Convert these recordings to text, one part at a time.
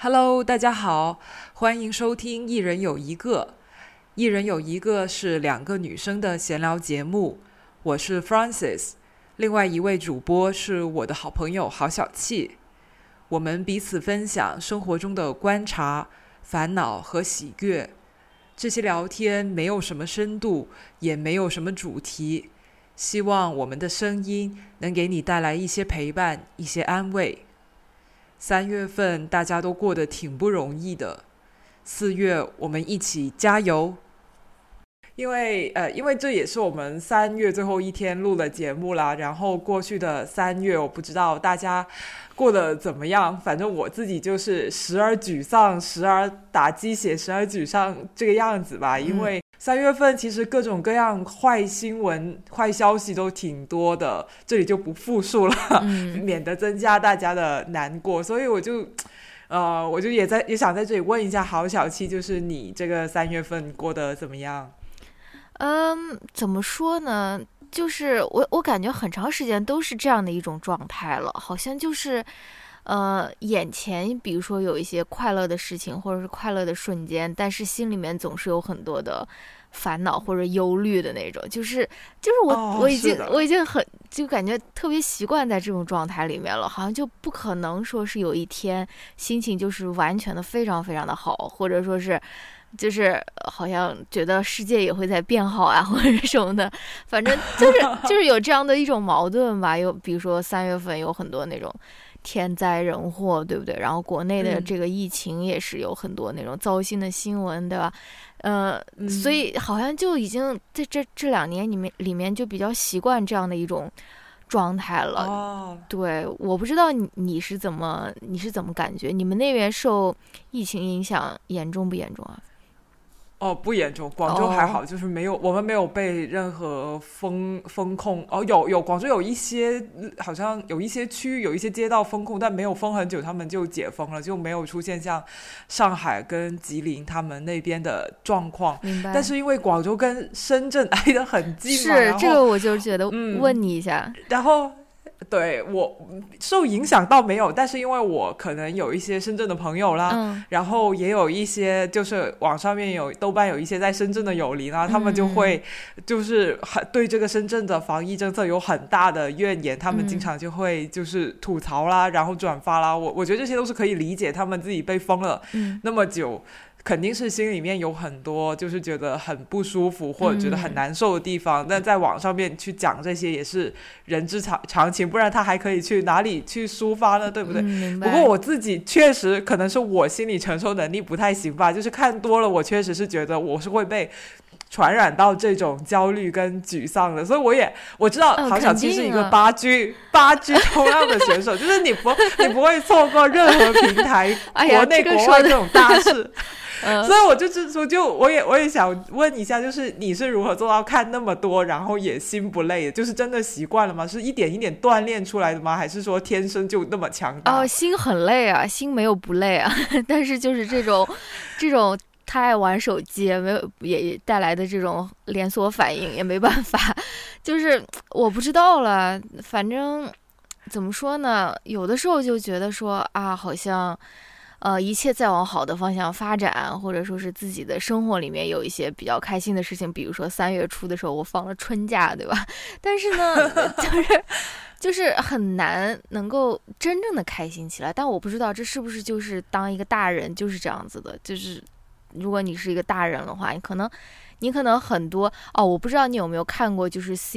Hello，大家好，欢迎收听一人有一个。一人有一个是两个女生的闲聊节目，我是 Francis， 另外一位主播是我的好朋友郝小气。我们彼此分享生活中的观察、烦恼和喜悦。这些聊天没有什么深度，也没有什么主题，希望我们的声音能给你带来一些陪伴，一些安慰。3月份大家都过得挺不容易的，4月我们一起加油。因为这也是我们3月最后一天录的节目啦，然后过去的3月我不知道大家过得怎么样，反正我自己就是时而沮丧，时而打鸡血，时而沮丧这个样子吧。因为3月份其实各种各样坏新闻、坏消息都挺多的，这里就不复述了，免得增加大家的难过。所以我就也想在这里问一下郝小七，就是你这个3月份过得怎么样？ 怎么说呢？就是我感觉很长时间都是这样的一种状态了，好像就是眼前比如说有一些快乐的事情或者是快乐的瞬间，但是心里面总是有很多的烦恼或者忧虑的那种，就是我已经就感觉特别习惯在这种状态里面了，好像就不可能说是有一天心情就是完全的非常非常的好，或者说是就是好像觉得世界也会在变好啊，或者什么的，反正就是有这样的一种矛盾吧。有比如说3月份有很多那种天灾人祸，对不对？然后国内的这个疫情也是有很多那种糟心的新闻，对吧？所以好像就已经在这2年里面就比较习惯这样的一种状态了。对，我不知道你是怎么感觉？你们那边受疫情影响严重不严重啊？ 不严重，广州还好，就是我们没有被任何封控。有广州有一些好像有一些区域有一些街道封控，但没有封很久，他们就解封了，就没有出现像上海跟吉林他们那边的状况。 明白。 但是因为广州跟深圳挨得很近嘛， 是这个我就觉得问你一下， 然后。对，我受影响倒没有，但是因为我可能有一些深圳的朋友啦，然后也有一些就是网上面豆瓣有一些在深圳的友邻啦，他们就会就是对这个深圳的防疫政策有很大的怨言，他们经常就会就是吐槽啦，然后转发啦，我觉得这些都是可以理解，他们自己被封了那么久，肯定是心里面有很多就是觉得很不舒服或者觉得很难受的地方，但在网上面去讲这些也是人之常情，不然他还可以去哪里去抒发呢，对不对？不过我自己确实可能是我心理承受能力不太行吧，就是看多了我确实是觉得我是会被传染到这种焦虑跟沮丧的，所以我知道郝小七是一个8 G 冲浪的选手，就是你不会错过任何平台国内国外这种大事所以我也想问一下，就是你是如何做到看那么多然后也心不累的，就是真的习惯了吗？是一点一点锻炼出来的吗？还是说天生就那么强大？ 心很累啊，心没有不累啊但是就是这种他爱玩手机也带来的这种连锁反应也没办法就是我不知道了，反正怎么说呢，有的时候就觉得说啊，好像一切在往好的方向发展，或者说是自己的生活里面有一些比较开心的事情，比如说3月初的时候我放了春假，对吧？但是呢就是很难能够真正的开心起来，但我不知道这是不是就是当一个大人就是这样子的，就是如果你是一个大人的话，你可能很多我不知道你有没有看过，就是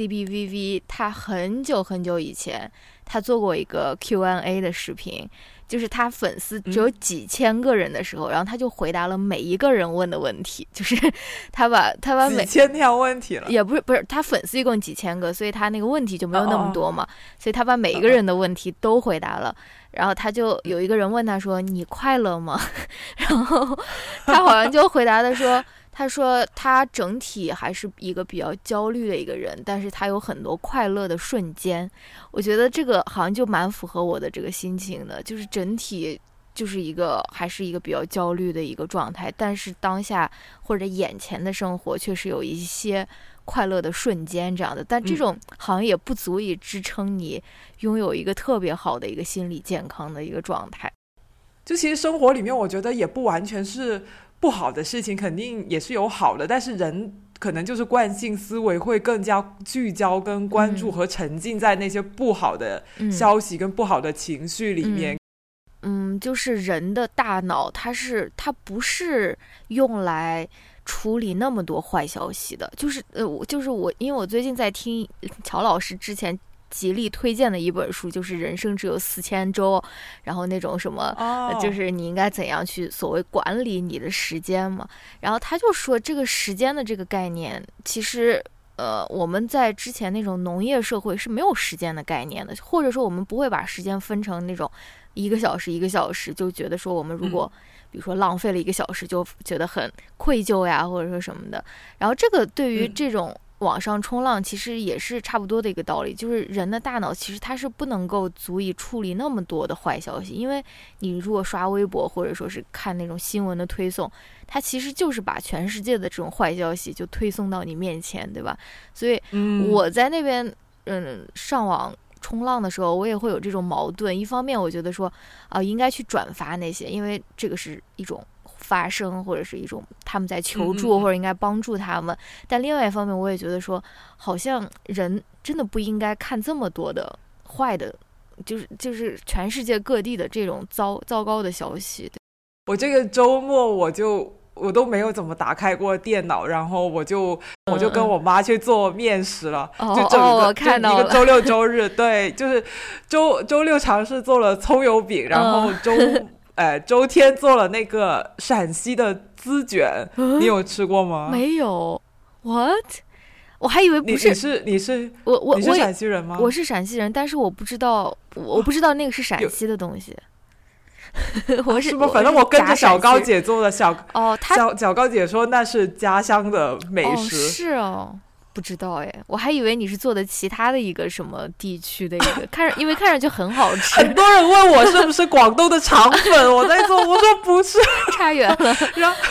CBVV 他很久很久以前他做过一个 Q&A 的视频，就是他粉丝只有几千个人的时候，然后他就回答了每一个人问的问题，就是他把几千条问题了， 也不是他粉丝一共几千个，所以他那个问题就没有那么多嘛，所以他把每一个人的问题都回答了。然后他就有一个人问他说你快乐吗然后他好像就回答的说他说他整体还是一个比较焦虑的一个人，但是他有很多快乐的瞬间。我觉得这个好像就蛮符合我的这个心情的，就是整体就是还是一个比较焦虑的一个状态，但是当下或者眼前的生活确实有一些快乐的瞬间这样的，但这种好像也不足以支撑你拥有一个特别好的一个心理健康的一个状态。 就其实生活里面我觉得也不完全是不好的事情，肯定也是有好的，但是人可能就是惯性思维会更加聚焦跟关注和沉浸在那些不好的消息跟不好的情绪里面。 就是人的大脑它不是用来处理那么多坏消息的，就是我因为我最近在听乔老师之前极力推荐的一本书，就是人生只有4000周，然后那种什么就是你应该怎样去所谓管理你的时间嘛。然后他就说这个时间的这个概念，其实我们在之前那种农业社会是没有时间的概念的，或者说我们不会把时间分成那种1个小时1个小时，就觉得说我们如果比如说浪费了1个小时就觉得很愧疚呀，或者说什么的。然后这个对于这种网上冲浪其实也是差不多的一个道理，就是人的大脑其实它是不能够足以处理那么多的坏消息，因为你如果刷微博或者说是看那种新闻的推送，它其实就是把全世界的这种坏消息就推送到你面前，对吧？所以我在那边上网冲浪的时候，我也会有这种矛盾。一方面我觉得说应该去转发那些，因为这个是一种发声或者是一种他们在求助，或者应该帮助他们。但另外一方面我也觉得说，好像人真的不应该看这么多的坏的，就是全世界各地的这种糟糕的消息。 我这个周末我都没有怎么打开过电脑，然后我就跟我妈去做面食了。 我看到了， 一个周六周日，对，就是周六尝试做了葱油饼，然后周天做了那个陕西的滋卷，你有吃过吗？ 没有。 What？ 我还以为不是。 你是陕西人吗？ 我是陕西人，但是我不知道那个是陕西的东西。我是反正我跟着小高姐做的小高姐说那是家乡的美食。 是哦，不知道哎，我还以为你是做的其他的一个什么地区的一个，因为看上去很好吃。 很多人问我是不是广东的肠粉，我在做，我说不是， 差远了。 然后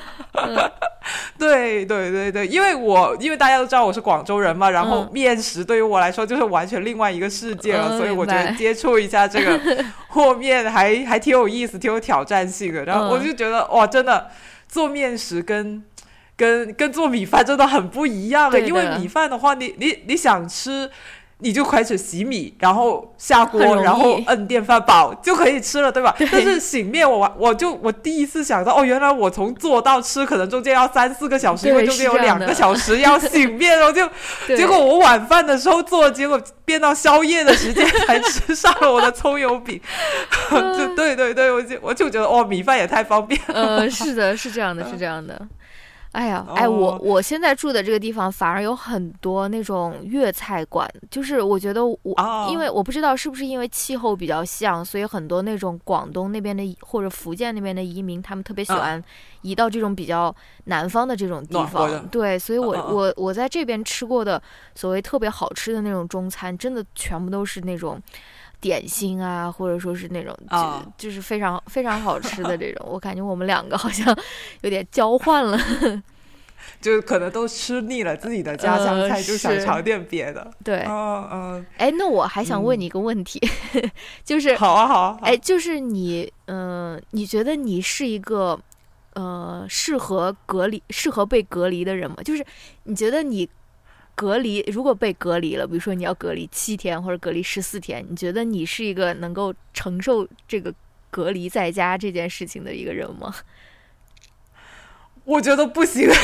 对，因为大家都知道我是广州人嘛，然后面食对于我来说就是完全另外一个世界了，所以我觉得接触一下这个和面还挺有意思，挺有挑战性的。然后我就觉得哇，真的做面食跟做米饭真的很不一样的，因为米饭的话你想吃你就开始洗米，然后下锅，然后摁电饭煲就可以吃了，对吧？但是醒面我第一次想到原来我从做到吃可能中间要3-4个小时，因为中间有2个小时要醒面，然后结果我晚饭的时候做，结果变到宵夜的时间才吃上了我的葱油饼。对，我就觉得米饭也太方便了。 是的，是这样的，是这样的。哎呀，我现在住的这个地方反而有很多那种粤菜馆，就是我觉得因为我不知道是不是因为气候比较像，所以很多那种广东那边的或者福建那边的移民，他们特别喜欢移到这种比较南方的这种地方。对，所以我在这边吃过的所谓特别好吃的那种中餐，真的全部都是那种点心啊，或者说是那种就是非常非常好吃的这种。我感觉我们两个好像有点交换了。 就可能都吃腻了自己的家乡菜，就想尝点别的。 对，那我还想问你一个问题，就是好啊， 就是你觉得你是一个适合被隔离的人吗？就是你觉得你如果被隔离了，比如说你要隔离7天或者隔离14天，你觉得你是一个能够承受这个隔离在家这件事情的一个人吗？ 我觉得不行。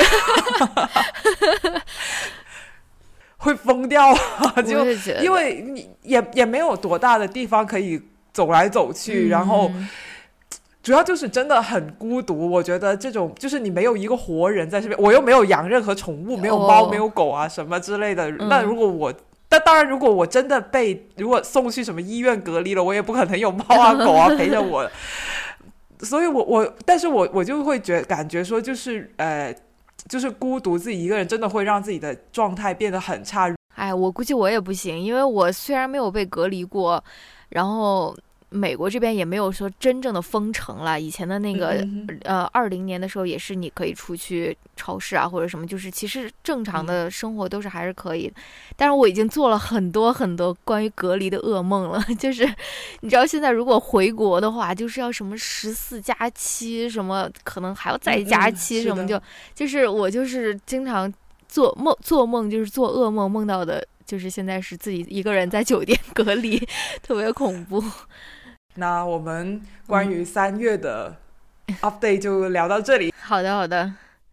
会疯掉就因为你也没有多大的地方可以走来走去，然后主要就是真的很孤独。我觉得这种就是你没有一个活人在这边，我又没有养任何宠物，没有猫没有狗啊什么之类的。那当然如果我真的如果送去什么医院隔离了，我也不可能有猫啊狗啊陪着我。所以但是我就会感觉说就是孤独自己一个人真的会让自己的状态变得很差。 我估计我也不行，因为我虽然没有被隔离过，然后美国这边也没有说真正的封城了，以前的那个20年的时候也是你可以出去超市啊或者什么，就是其实正常的生活都是还是可以的。但是我已经做了很多很多关于隔离的噩梦了，就是你知道现在如果回国的话，就是要什么14+7，什么可能还要再加7什么，就是我就是经常做梦就是做噩梦，梦到的就是现在是自己一个人在酒店隔离，特别恐怖。 那我们关于3月的 update 就聊到这里。 好的好的。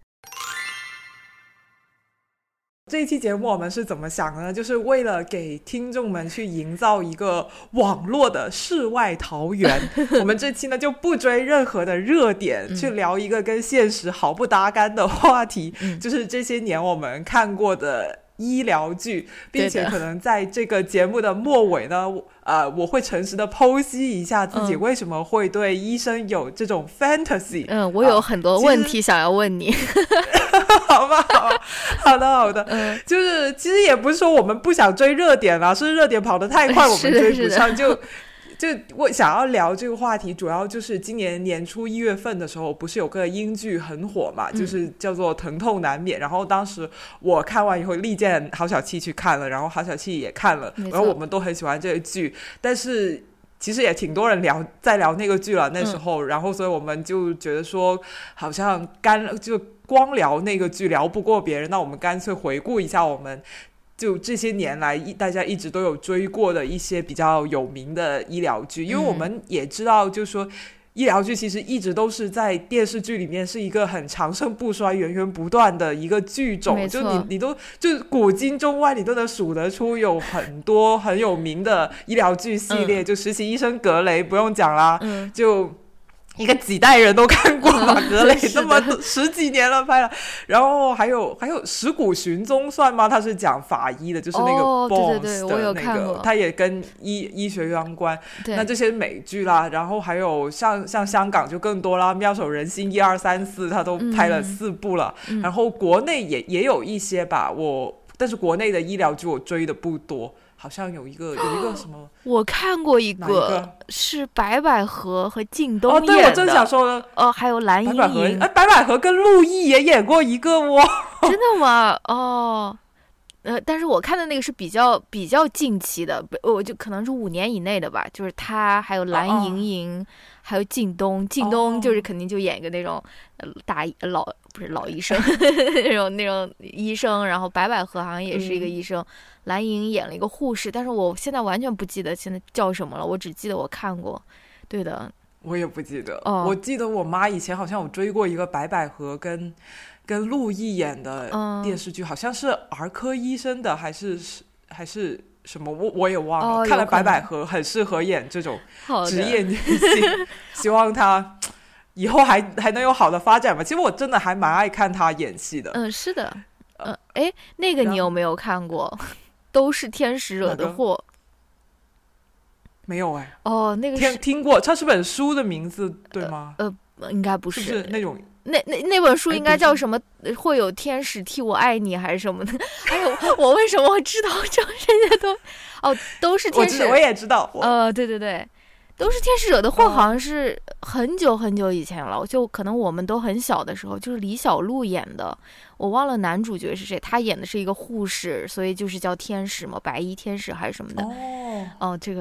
这一期节目我们是怎么想的呢？就是为了给听众们去营造一个网络的世外桃源我们这期呢就不追任何的热点，去聊一个跟现实毫不搭干的话题，就是这些年我们看过的医疗剧，并且可能在这个节目的末尾呢我会诚实的剖析一下自己为什么会对医生有这种 fantasy。 我有很多问题想要问你好吧好的就是其实也不是说我们不想追热点啦，是热点跑得太快我们追不上，就我想要聊这个话题，主要就是今年年初1月份的时候，不是有个英剧很火嘛，就是叫做《疼痛难免》，然后当时我看完以后力荐郝小七去看了，然后郝小七也看了，然后我们都很喜欢这个剧，但是其实也挺多人在聊那个剧了那时候，然后所以我们就觉得说好像就光聊那个剧聊不过别人，那我们干脆回顾一下我们就这些年来大家一直都有追过的一些比较有名的医疗剧，因为我们也知道就是说医疗剧其实一直都是在电视剧里面是一个很长盛不衰源源不断的一个剧种，就你都就古今中外你都能数得出有很多很有名的医疗剧系列，就实习医生格雷不用讲啦，就一个几代人都看过吧，格雷那么10几年了拍了，然后还有石谷寻踪算吗？他是讲法医的，就是那个 Bones 的我有看过， 他也跟医学相关。那这些美剧啦，然后还有像香港就更多啦，妙手仁心1、2、3、4他都拍了4部了，然后国内也有一些吧，但是国内的医疗剧我追的不多。好像有一个什么， 我看过一个是白百合和靳东演的。 对，我正想说的。 还有蓝盈莹。 白百合跟陆毅也演过一个哦。 真的吗？但是我看的那个是比较近期的，我就可能是5年以内的吧。就是他还有蓝盈莹，还有靳东就是肯定就演一个那种不是老医生那种医生，然后白百合好像也是一个医生，蓝盈莹演了一个护士，但是我现在完全不记得现在叫什么了，我只记得我看过。对的， 我也不记得。我记得我妈以前好像有追过一个白百合跟陆毅演的电视剧，好像是儿科医生的还是什么，我也忘了。看来白百合很适合演这种职业女性，希望她以后还能有好的发展吧。其实我真的还蛮爱看她演戏的。 是的。那个你有没有看过？都是天使惹的祸。 没有那个听过，它是本书的名字对吗？ 应该不是。 是那种那本书应该叫什么？会有天使替我爱你还是什么的？哎呦，我为什么会知道这些都？都是天使。 我也知道。 对，都是天使惹的祸，好像是很久很久以前了，就可能我们都很小的时候，就是李小璐演的，我忘了男主角是谁，他演的是一个护士，所以就是叫天使嘛，白衣天使还是什么的。这个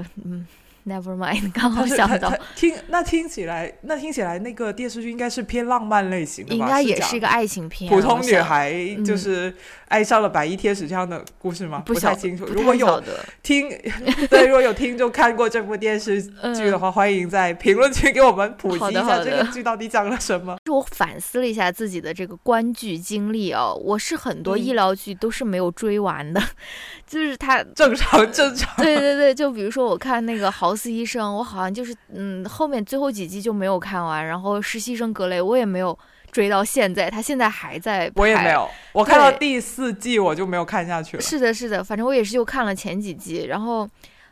Never mind， 刚好想到。 听起来那个电视剧应该是偏浪漫类型的吧？ 应该也是一个爱情片。 普通女孩就是爱上了白衣天使这样的故事吗？不太清楚。如果有听众看过这部电视剧的话，欢迎在评论区给我们普及一下这个剧到底讲了什么。 我反思了一下自己的这个观剧经历我是很多医疗剧都是没有追完的，就是它正常。 对，就比如说我看那个豪斯医生，我好像就是后面最后几集就没有看完，然后实习生格雷我也没有追到现在，他现在还在拍。 我也没有，我看到第4季我就没有看下去了。 是的，反正我也是就看了前几集，然后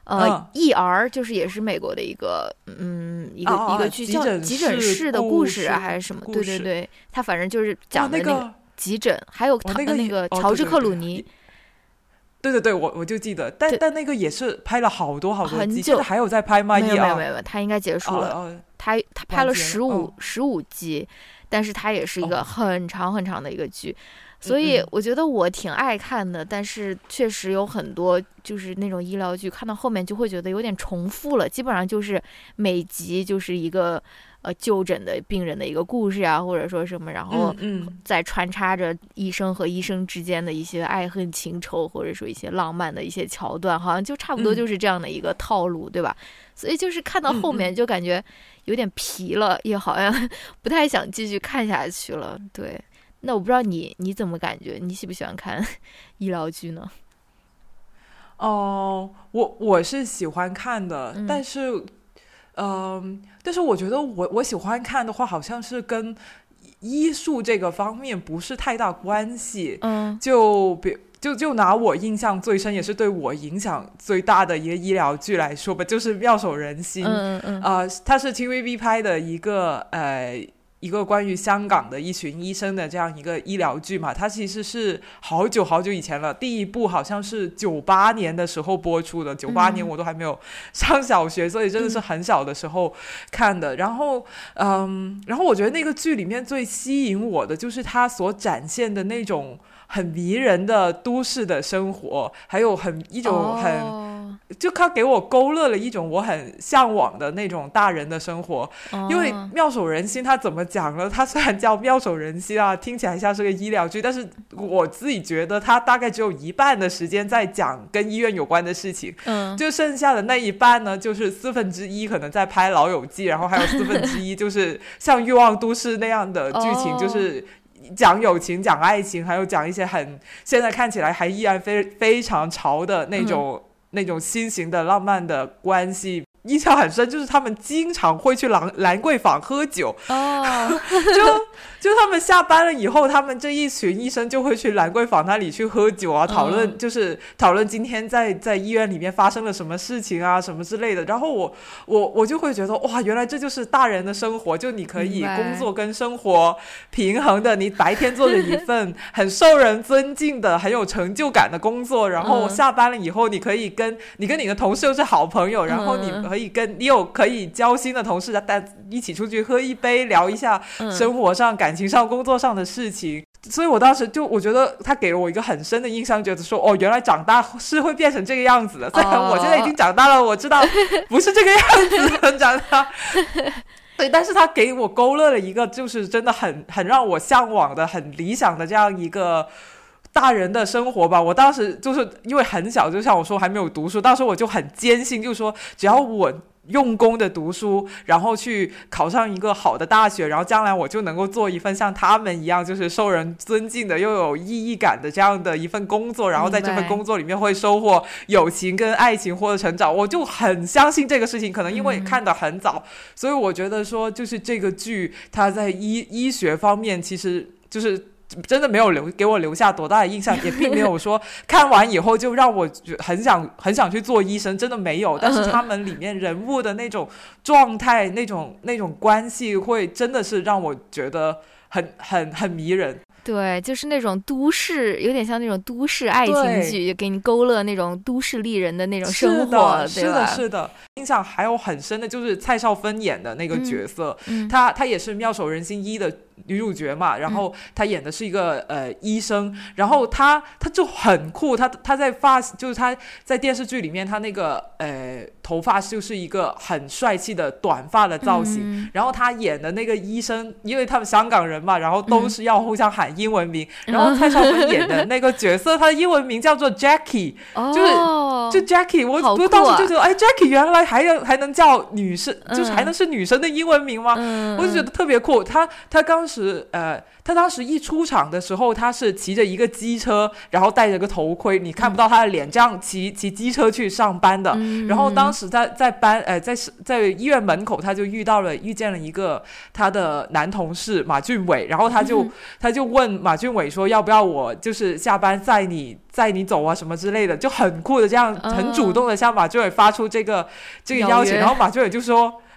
ER 就是也是美国的一个一个剧，叫急诊室的故事还是什么？对，他反正就是讲的那个急诊，还有他那个乔治克鲁尼。 对对对，我就记得，但那个也是拍了好多好多集，现在还有在拍吗？ 没有，他应该结束了。他拍了15集，但是他也是一个很长很长的一个剧。所以我觉得我挺爱看的，但是确实有很多就是那种医疗剧，看到后面就会觉得有点重复了，基本上就是每集就是一个就诊的病人的一个故事啊，或者说什么，然后再穿插着医生和医生之间的一些爱恨情仇，或者说一些浪漫的一些桥段，好像就差不多就是这样的一个套路，对吧？所以就是看到后面就感觉有点疲了，也好像不太想继续看下去了。对，那我不知道你怎么感觉，你喜不喜欢看医疗剧呢？ 我是喜欢看的，但是我觉得我喜欢看的话，好像是跟医术这个方面不是太大关系。就拿我印象最深，也是对我影响最大的一个医疗剧来说吧，就是《妙手仁心》。它是 TVB 拍的一个关于香港的一群医生的这样一个医疗剧嘛。它其实是好久好久以前了，第一部好像是98年的时候播出的，98年我都还没有上小学，所以真的是很小的时候看的。然后我觉得那个剧里面最吸引我的就是它所展现的那种很迷人的都市的生活，还有一种就他给我勾勒了一种我很向往的那种大人的生活。因为妙手仁心他怎么讲呢，他虽然叫妙手仁心啊，听起来像是个医疗剧，但是我自己觉得他大概只有一半的时间在讲跟医院有关的事情，就剩下的那一半呢，就是1/4可能在拍老友记，然后还有1/4就是像欲望都市那样的剧情，就是讲友情讲爱情，还有讲一些现在看起来还依然非常潮的那种新型的浪漫的关系。印象很深，就是他们经常会去兰桂坊喝酒。就他们下班了以后，他们这一群医生就会去兰桂坊那里去喝酒啊，讨论今天在医院里面发生了什么事情啊什么之类的。然后我就会觉得哇，原来这就是大人的生活，就你可以工作跟生活平衡的，你白天做着一份很受人尊敬的很有成就感的工作，然后下班了以后你可以跟你的同事又是好朋友，然后你有可以交心的同事，带一起出去喝一杯，聊一下生活上感情上工作上的事情。所以我当时我觉得他给了我一个很深的印象，觉得说原来长大是会变成这个样子的。虽然我现在已经长大了，我知道不是这个样子的长大对，但是他给我勾勒了一个就是真的很让我向往的很理想的这样一个大人的生活吧。我当时就是因为很小，就像我说还没有读书，当时我就很坚信，就是说只要我用功的读书，然后去考上一个好的大学，然后将来我就能够做一份像他们一样就是受人尊敬的又有意义感的这样的一份工作，然后在这份工作里面会收获友情跟爱情或者成长。我就很相信这个事情，可能因为看得很早，所以我觉得说就是这个剧它在医学方面其实就是真的没有给我留下多大的印象，也并没有说看完以后就让我很想去做医生，真的没有。但是他们里面人物的那种状态，那种关系，会真的是让我觉得很迷人。 对，就是那种都市，有点像那种都市爱情剧，给你勾勒那种都市丽人的那种生活， 是的，是的。印象还有很深的就是蔡少芬演的那个角色，她也是《妙手仁心1》的女主角嘛，然后她演的是一个医生，然后她就很酷，她就是她在电视剧里面，她那个头发就是一个很帅气的短发的造型，然后她演的那个医生，因为他们香港人嘛，然后都是要互相喊英文名，然后蔡少芬演的那个角色，她的英文名叫做 Jackie， 就 Jackie， 我当时就觉得Jackie 原来还能叫女生，就是还能是女生的英文名吗？我就觉得特别酷。他当时一出场的时候，他是骑着一个机车，然后戴着个头盔，你看不到他的脸，这样骑机车去上班的。然后当时在医院门口，他就遇见了一个他的男同事马俊伟，然后他就问马俊伟说，要不要我就是下班载你走啊什么之类的，就很酷的这样很主动的向马俊伟发出这个邀请，然后马俊伟就说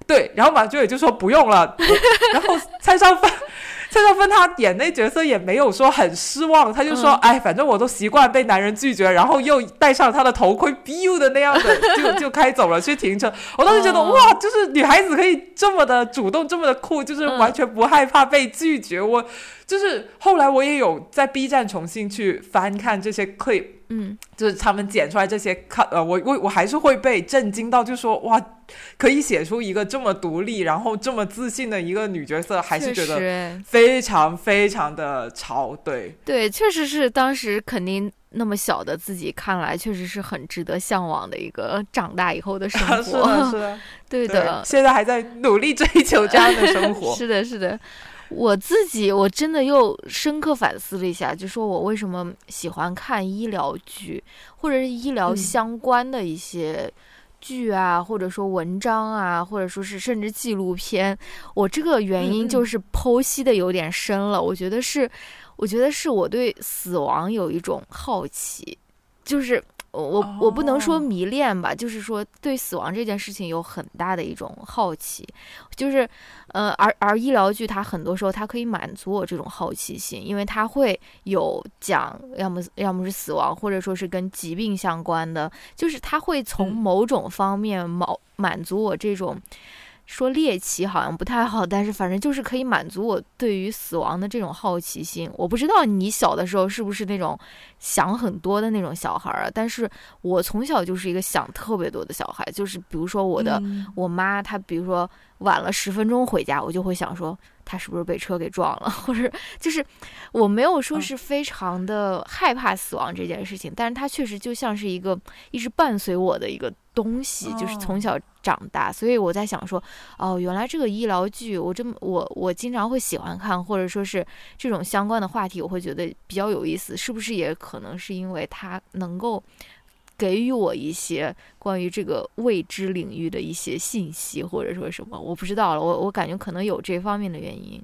对，然后马俊伟就说不用了，然后蔡少芬他演那角色也没有说很失望，他就说哎，反正我都习惯被男人拒绝，然后又戴上他的头盔 biu 的那样的就开走了去停车。我当时觉得哇，就是女孩子可以这么的主动，这么的酷，就是完全不害怕被拒绝。我就是后来我也有在 B 站重新去翻看这些 clip， 就是他们剪出来这些 cut，我还是会被震惊到，就说哇，可以写出一个这么独立然后这么自信的一个女角色，还是觉得非常非常的潮。对， 确实是当时肯定那么小的自己看来确实是很值得向往的一个长大以后的生活。 是的对的， 现在还在努力追求这样的生活。 是的我自己我真的又深刻反思了一下，就说我为什么喜欢看医疗剧或者是医疗相关的一些剧啊，或者说文章啊，或者说是甚至纪录片。我这个原因就是剖析的有点深了，我觉得是我对死亡有一种好奇，就是我不能说迷恋吧，就是说对死亡这件事情有很大的一种好奇，就是而医疗剧它很多时候它可以满足我这种好奇心，因为它会有讲要么是死亡，或者说是跟疾病相关的，就是它会从某种方面满足我这种。说猎奇好像不太好，但是反正就是可以满足我对于死亡的这种好奇心。我不知道你小的时候是不是那种想很多的那种小孩啊，但是我从小就是一个想特别多的小孩，就是比如说我妈她比如说晚了10分钟回家，我就会想说她是不是被车给撞了，或者就是我没有说是非常的害怕死亡这件事情，但是它确实就像是一个一直伴随我的一个东西，就是从小长大。所以我在想说原来这个医疗剧我经常会喜欢看，或者说是这种相关的话题我会觉得比较有意思，是不是也可能是因为它能够给予我一些关于这个未知领域的一些信息，或者说什么我不知道了，我感觉可能有这方面的原因。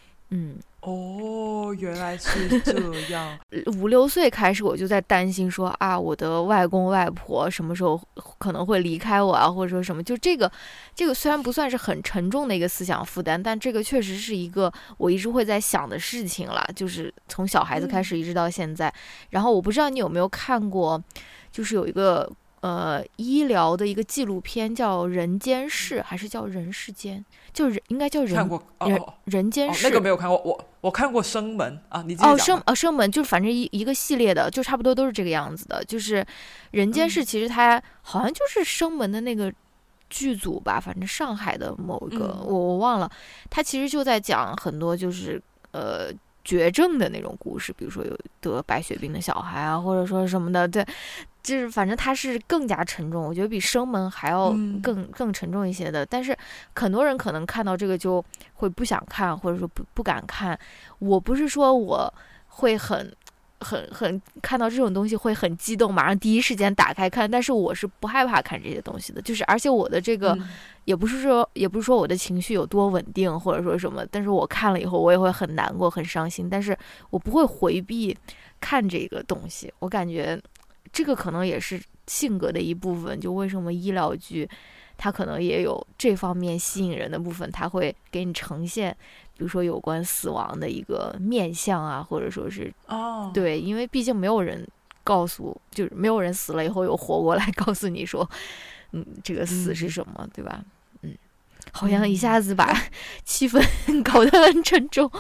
原来是这样。 5、6岁开始我就在担心说我的外公外婆什么时候可能会离开我啊，或者说什么，就这个虽然不算是很沉重的一个思想负担，但这个确实是一个我一直会在想的事情了，就是从小孩子开始一直到现在。然后我不知道你有没有看过，就是有一个医疗的一个纪录片叫《人间世》还是叫《人世间》，应该叫人间世。 那个没有看过，我看过生门啊，你继续讲。 生门就是反正一个系列的，就差不多都是这个样子的。就是人间世其实它好像就是生门的那个剧组吧，反正上海的某一个我忘了，它其实就在讲很多就是绝症的那种故事，比如说有得白血病的小孩啊，或者说什么的，对，就是反正它是更加沉重，我觉得比生门还要更沉重一些的。但是很多人可能看到这个就会不想看，或者说不敢看。我不是说我会很看到这种东西会很激动，马上第一时间打开看，但是我是不害怕看这些东西的，就是而且我的这个也不是说我的情绪有多稳定或者说什么，但是我看了以后我也会很难过很伤心，但是我不会回避看这个东西。我感觉这个可能也是性格的一部分，就为什么医疗剧它可能也有这方面吸引人的部分，它会给你呈现比如说有关死亡的一个面向啊，或者说是对，因为毕竟没有人就是没有人死了以后又活过来告诉你说这个死是什么，对吧？好像一下子把气氛搞得很沉重。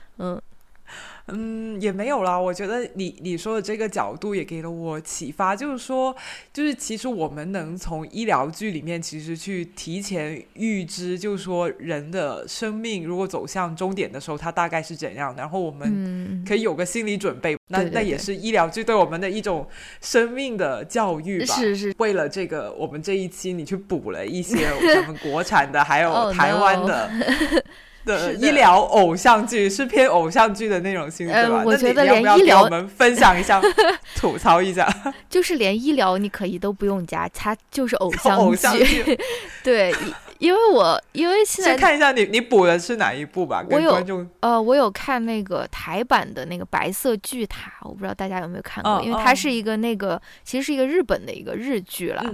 也没有啦，我觉得你说的这个角度也给了我启发，就是说就是其实我们能从医疗剧里面其实去提前预知，就是说人的生命如果走向终点的时候它大概是怎样，然后我们可以有个心理准备。那也是医疗剧对我们的一种生命的教育吧。 是为了这个我们这一期你去补了一些咱们国产的还有台湾的的医疗偶像剧，是偏偶像剧的那种性质吧？ 我觉得连医疗，要不要给我们分享一下吐槽一下？ 就是连医疗你可以都不用加，它就是偶像剧。对，因为现在先看一下你补的是哪一部吧，跟观众。 我有看那个台版的那个白色巨塔，我不知道大家有没有看过，因为它是一个其实是一个日本的一个日剧啦。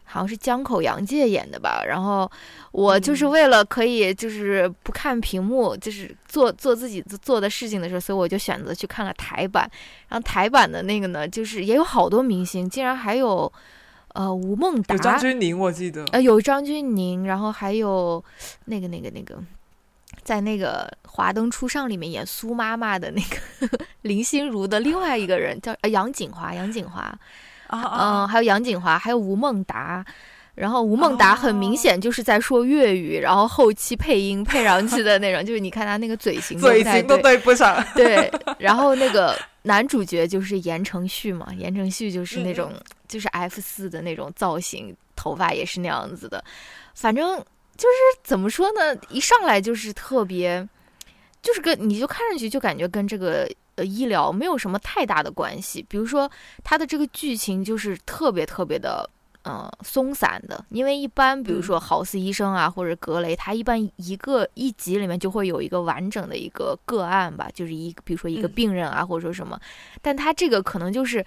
好像是江口洋介演的吧。然后我就是为了可以就是不看屏幕，就是做自己做的事情的时候，所以我就选择去看了台版。然后台版的那个呢，就是也有好多明星，竟然还有吴孟达， 有张钧甯，我记得有张钧甯，然后还有那个在那个《华灯初上》里面演苏妈妈的那个林心如的另外一个人叫杨锦华还有杨锦华，还有吴孟达。然后吴孟达很明显就是在说粤语，然后后期配音配上去的那种，就是你看他那个嘴型都对不上。 对，然后那个男主角就是言承旭嘛，言承旭就是那种就是 F4的那种造型，头发也是那样子的。反正就是怎么说呢，一上来就是特别，就是你就看上去就感觉跟这个医疗没有什么太大的关系。比如说他的这个剧情就是特别特别的松散的，因为一般比如说豪斯医生啊或者格雷，他一般一集里面就会有一个完整的一个个案吧，就是比如说一个病人啊或者说什么，但他这个可能就是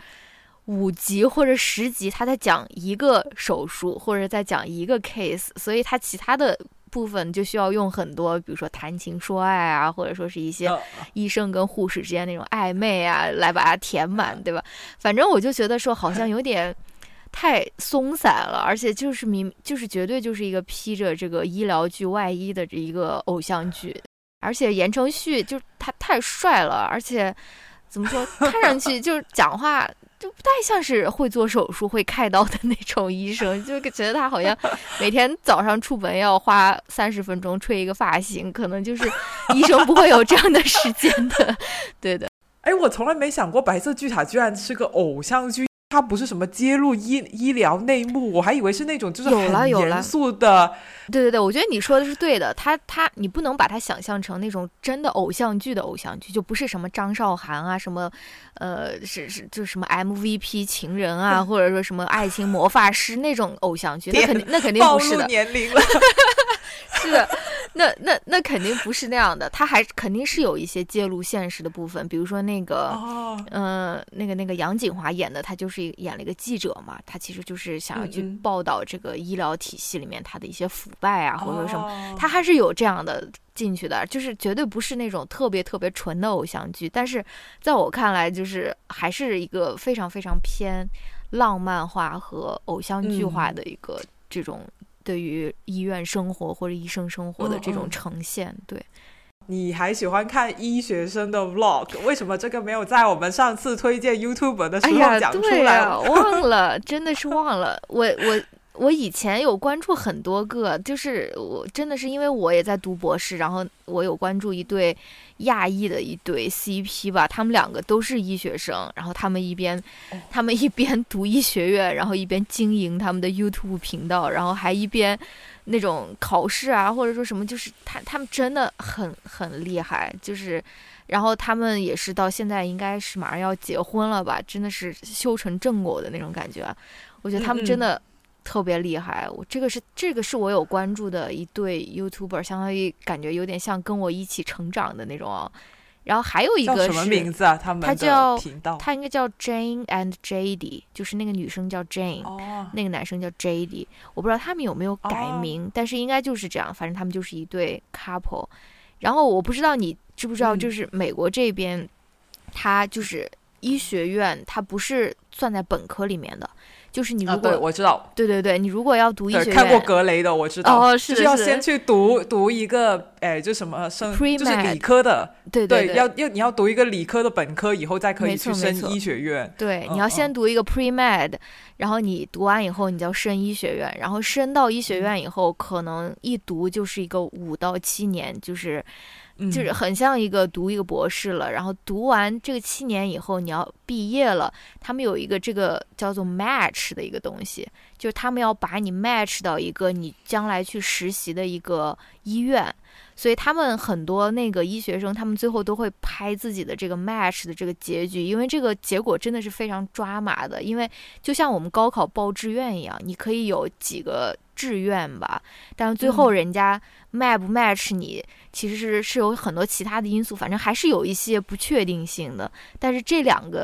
5集或者10集，他在讲一个手术或者在讲一个 case， 所以他其他的部分就需要用很多，比如说谈情说爱啊，或者说是一些医生跟护士之间那种暧昧啊，来把它填满，对吧？反正我就觉得说好像有点太松散了，而且就是绝对就是一个披着这个医疗剧外衣的这一个偶像剧。而且言承旭就他太帅了，而且怎么说，看上去就是讲话就不太像是会做手术会开刀的那种医生，就觉得他好像每天早上出门要花30分钟吹一个发型，可能就是医生不会有这样的时间的。对的。 我从来没想过白色巨塔居然是个偶像剧，它不是什么揭露医疗内幕，我还以为是那种就是很严肃的。 对，我觉得你说的是对的，你不能把它想象成那种真的偶像剧的偶像剧，就不是什么张韶涵啊，什么就是什么 MVP 情人啊，或者说什么爱情魔法师那种偶像剧，那肯定不是的。 暴露年龄了。 是的，那肯定不是那样的，他还肯定是有一些揭露现实的部分，比如说那个那个杨锦华演的，他就是演了一个记者嘛，他其实就是想要去报道这个医疗体系里面他的一些腐败啊，或者说什么，他还是有这样的进去的，就是绝对不是那种特别特别纯的偶像剧，但是在我看来，就是还是一个非常非常偏浪漫化和偶像剧化的一个这种对于医院生活或者医生生活的这种呈现。对， 你还喜欢看医学生的 vlog， 为什么这个没有在我们上次推荐 YouTuber 的时候讲出来？ 忘了，真的是忘了。我以前有关注很多个，就是我真的是因为我也在读博士，然后我有关注一对亚裔的一对 CP 吧，他们2个都是医学生，然后他们一边读医学院，然后一边经营他们的 YouTube 频道，然后还一边那种考试啊，或者说什么，就是他们真的很厉害，就是然后他们也是到现在应该是马上要结婚了吧，真的是修成正果的那种感觉。我觉得他们真的特别厉害，这个是我有关注的一对 YouTuber， 相当于感觉有点像跟我一起成长的那种。然后还有一个是叫什么名字啊？他们的频道他应该叫 Jane and JD， 就是那个女生叫 Jane，那个男生叫 JD， 我不知道他们有没有改名，但是应该就是这样，反正他们就是一对 couple。然后我不知道你知不知道，就是美国这边，他就是医学院，它不是算在本科里面的。就是你如果对，我知道， 对，你如果要读医学院， 看过格雷的，我知道， 就是要先去读一个，就什么就是理科的， 对， 你要读一个理科的本科，以后再可以去升医学院。 对，你要先读一个 pre-med，然后你读完以后，你就要升医学院，然后升到医学院以后，可能一读就是一个5到7年，就是很像读一个博士了，然后读完这个7年以后，你要毕业了，他们有一个这个叫做 match 的一个东西，就是他们要把你 match 到一个你将来去实习的一个医院，所以他们很多那个医学生，他们最后都会拍自己的这个 match 的这个结局，因为这个结果真的是非常抓马的，因为就像我们高考报志愿一样，你可以有几个志愿吧，但是最后人家 match 不 match 你，其实是有很多其他的因素，反正还是有一些不确定性的。但是这2个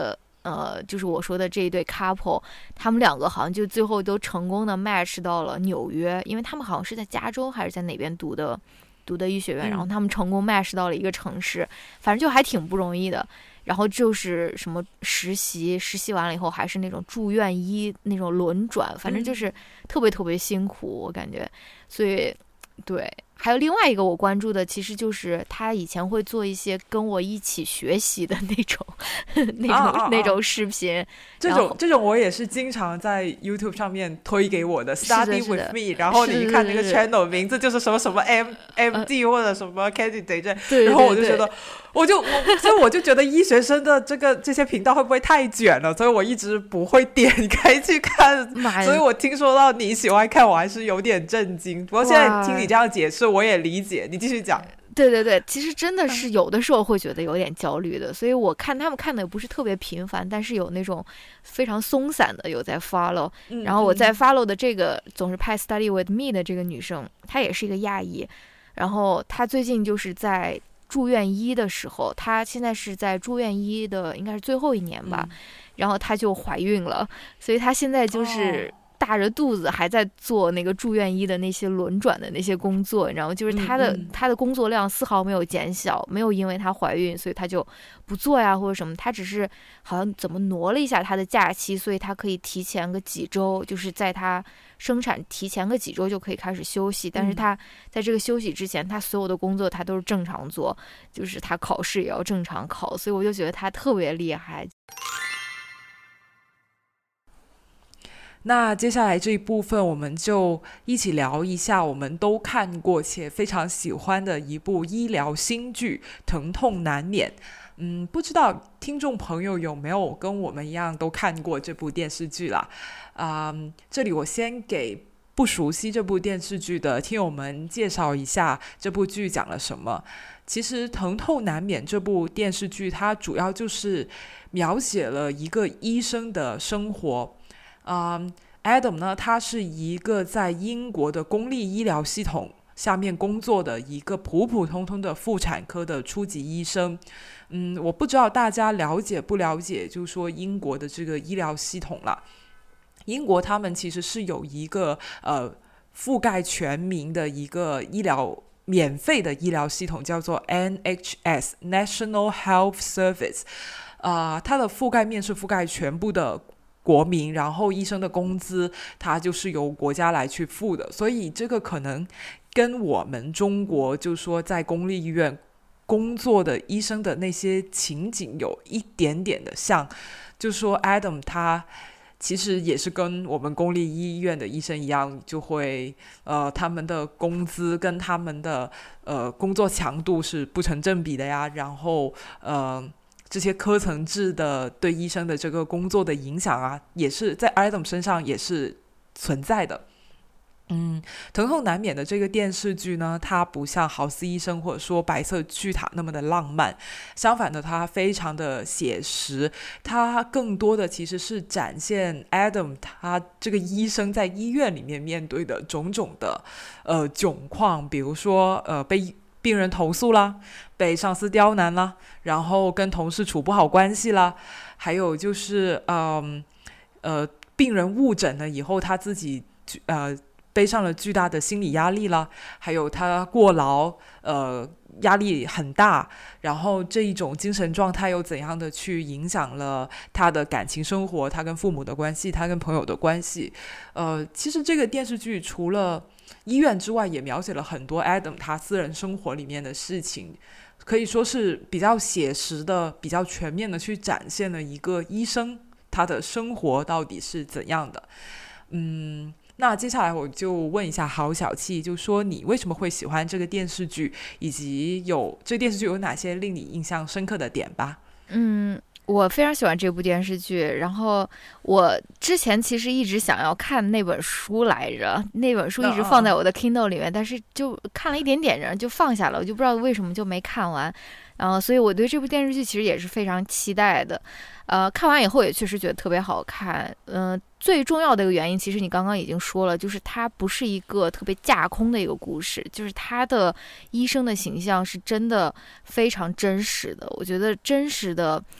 就是我说的这一对 couple， 他们两个好像就最后都成功的 match 到了纽约，因为他们好像是在加州还是在哪边读的医学院，然后他们成功 match 到了一个城市，反正就还挺不容易的。然后就是什么实习完了以后还是那种住院医那种轮转，反正就是特别特别辛苦，我感觉。所以对，还有另外一个我关注的，其实就是他以前会做一些跟我一起学习的那种那种视频。 这种我也是经常在 YouTube 上面推给我的 Study with me， 然后你一看那个 channel 名字就是什么什么 MD 或者什么 candidate， 然后我就觉得所以我就觉得医学生的这些频道会不会太卷了，所以我一直不会点开去看。所以我听说到你喜欢看，我还是有点震惊。不过现在听你这样解释我也理解，你继续讲。 对，其实真的是有的时候会觉得有点焦虑的，所以我看他们看的也不是特别频繁，但是有那种非常松散的有在 follow。然后我在 follow 的这个总是拍 Study with me 的这个女生，她也是一个亚裔，然后她最近就是在住院医的时候，她现在是在住院医的应该是最后一年吧，然后她就怀孕了，所以她现在就是大着肚子还在做那个住院医的那些轮转的那些工作，然后就是她的工作量丝毫没有减小，没有因为她怀孕所以她就不做呀或者什么，她只是好像怎么挪了一下她的假期，所以她可以提前个几周，就是在她生产提前个几周就可以开始休息，但是她在这个休息之前，她所有的工作她都是正常做，就是她考试也要正常考，所以我就觉得她特别厉害。 那接下来这一部分我们就一起聊一下我们都看过且非常喜欢的一部医疗新剧《疼痛难免》。不知道听众朋友有没有跟我们一样都看过这部电视剧啦？这里我先给不熟悉这部电视剧的听友们介绍一下这部剧讲了什么。其实《疼痛难免》这部电视剧它主要就是描写了一个医生的生活。Adam 呢，他是一个在英国的公立医疗系统下面工作的一个普普通通的妇产科的初级医生。我不知道大家了解不了解，就是说英国的这个医疗系统啦。英国他们其实是有一个覆盖全民的一个免费的医疗系统，叫做 NHS National Health Service。它的覆盖面是覆盖全部的国民，然后医生的工资它就是由国家来去付的，所以这个可能跟我们中国就是说在公立医院工作的医生的那些情景有一点点的像，就是说 Adam 他其实也是跟我们公立医院的医生一样，就会他们的工资跟他们的工作强度是不成正比的呀，然后这些科层制的对医生的这个工作的影响啊，也是在 Adam 身上也是存在的。疼痛难免的这个电视剧呢，它不像豪斯医生或者说白色巨塔那么的浪漫，相反的它非常的写实，它更多的其实是展现 Adam 他这个医生在医院里面面对的种种的窘况，比如说被病人投诉啦，被上司刁难啦，然后跟同事处不好关系啦，还有就是病人误诊了以后他自己背上了巨大的心理压力啦，还有他过劳压力很大，然后这一种精神状态又怎样的去影响了他的感情生活，他跟父母的关系，他跟朋友的关系。其实这个电视剧除了医院之外也描写了很多 Adam 他私人生活里面的事情，可以说是比较写实的比较全面的去展现了一个医生他的生活到底是怎样的。那接下来我就问一下郝小气，就说你为什么会喜欢这个电视剧，以及这电视剧有哪些令你印象深刻的点吧。 我非常喜欢这部电视剧，然后我之前其实一直想要看那本书来着，那本书一直放在我的 Kindle 里面，但是就看了一点点，然后就放下了，我就不知道为什么就没看完。然后所以我对这部电视剧其实也是非常期待的。看完以后也确实觉得特别好看。最重要的一个原因其实你刚刚已经说了，就是它不是一个特别架空的一个故事，就是它的医生的形象是真的非常真实的。我觉得真实的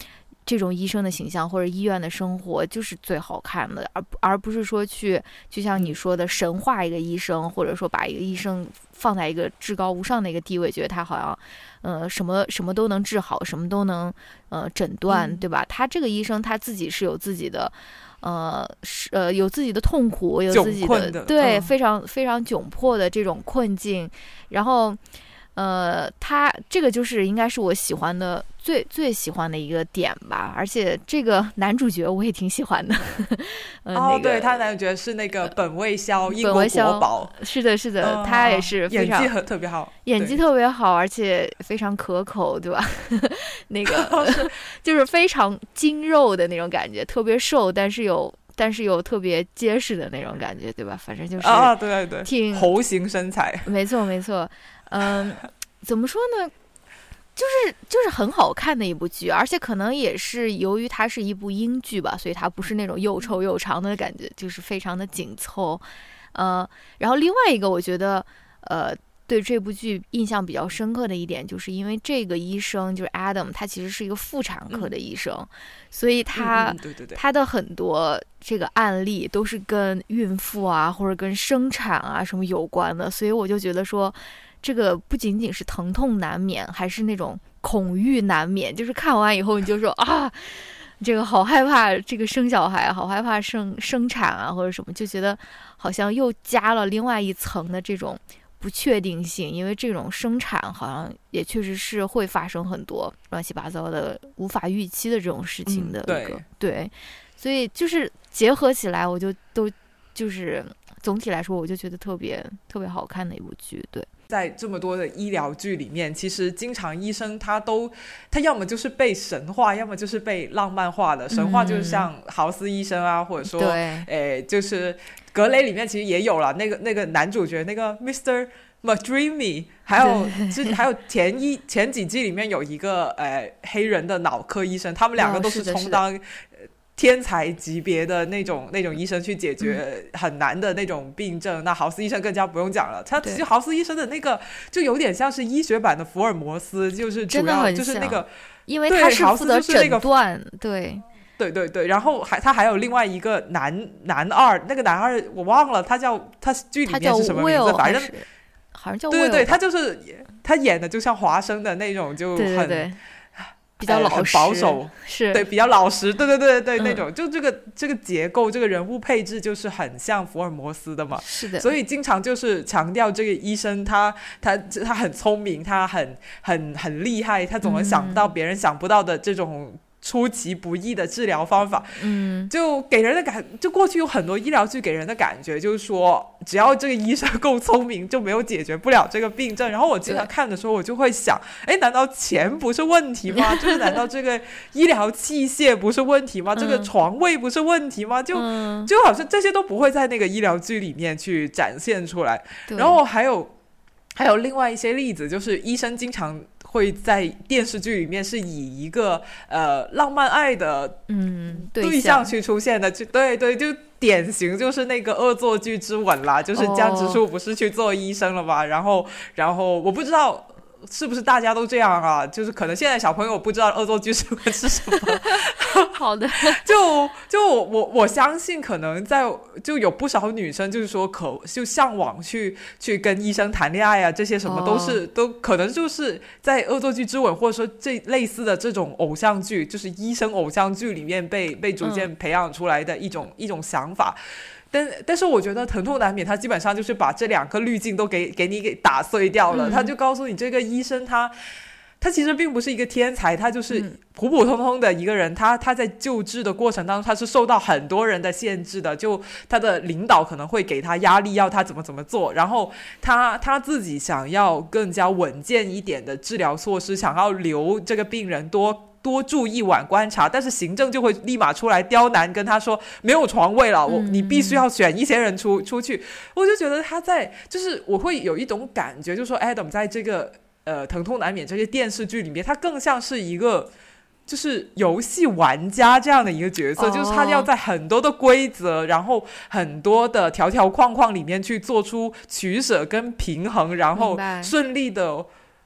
这种医生的形象或者医院的生活就是最好看的，而不是说就像你说的神化一个医生，或者说把一个医生放在一个至高无上的一个地位，觉得他好像什么都能治好，什么都能诊断，对吧？他这个医生他自己是有自己的有自己的痛苦，有自己的对非常非常窘迫的这种困境，然后他这个就是应该是我喜欢的最喜欢的一个点吧，而且这个男主角我也挺喜欢的。 对，他男主角是那个本卫肖，英国国宝。是的，他也是非常演技特别好， 演技特别好，而且非常可口，对吧？那个就是非常精肉的那种感觉，特别瘦，但是又特别结实的那种感觉，对吧？反正就是对， 挺猴形身材。 没错。怎么说呢？就是很好看的一部剧，而且可能也是由于它是一部英剧吧，所以它不是那种又臭又长的感觉，就是非常的紧凑。然后另外一个我觉得对这部剧印象比较深刻的一点，就是因为这个医生就是 Adam， 他其实是一个妇产科的医生，所以他的很多这个案例都是跟孕妇啊或者跟生产啊什么有关的，所以我就觉得说这个不仅仅是疼痛难免，还是那种恐惧难免，就是看完以后你就说啊，这个好害怕这个生小孩，好害怕生产啊或者什么，就觉得好像又加了另外一层的这种不确定性，因为这种生产好像也确实是会发生很多乱七八糟的无法预期的这种事情的对，所以就是结合起来我就是总体来说我就觉得特别特别好看的一部剧。对， 在这么多的医疗剧里面，其实经常医生他要么就是被神化，要么就是被浪漫化的。神话就是像豪斯医生啊，或者说就是格雷里面其实也有了那个男主角那个 Mr. McDreamy， 还有前几季里面有一个黑人的脑科医生，他们两个都是充当天才级别的那种医生去解决很难的那种病症。那豪斯医生更加不用讲了，他其实豪斯医生的那个就有点像是医学版的福尔摩斯，就是主要就是那个， 因为他是负责诊断，对， 然后他还有另外一个男二，那个男二我忘了他剧里面是什么名字，反正好像叫对，他就是他演的就像华生的那种，就很对比较老实， 保守， 是对，比较老实，对，那种就这个结构，这个人物配置就是很像福尔摩斯的嘛， 是的， 所以经常就是强调这个医生他很聪明，他很厉害，他总能想到别人想不到的这种出其不意的治疗方法。就给人的就过去有很多医疗剧给人的感觉就是说，只要这个医生够聪明就没有解决不了这个病症。然后我经常看的时候我就会想，难道钱不是问题吗？就是难道这个医疗器械不是问题吗？这个床位不是问题吗？就好像这些都不会在那个医疗剧里面去展现出来。然后还有另外一些例子，就是医生经常会在电视剧里面是以一个浪漫爱的对象去出现的，对，就典型就是那个恶作剧之吻啦，就是江直树不是去做医生了吗？然后我不知道是不是大家都这样啊，就是可能现在小朋友不知道恶作剧之吻是什么好的， 就我相信可能就有不少女生就是说就向往去跟医生谈恋爱啊，这些什么都可能就是在恶作剧之吻或者说这类似的这种偶像剧，就是医生偶像剧里面被逐渐培养出来的一种想法。但是我觉得疼痛难免他基本上就是把这两个滤镜都给你给打碎掉了。他就告诉你这个医生他其实并不是一个天才，他就是普普通通的一个人，他在救治的过程当中他是受到很多人的限制的，就他的领导可能会给他压力要他怎么做，然后他自己想要更加稳健一点的治疗措施，想要留这个病人多住一晚观察，但是行政就会立马出来刁难，跟他说没有床位了，你必须要选一些人出去。我就觉得他就是我会有一种感觉，就是说 Adam 在这个疼痛难免这些电视剧里面，他更像是一个就是游戏玩家这样的一个角色，就是他要在很多的规则然后很多的条条框框里面去做出取舍跟平衡，然后顺利的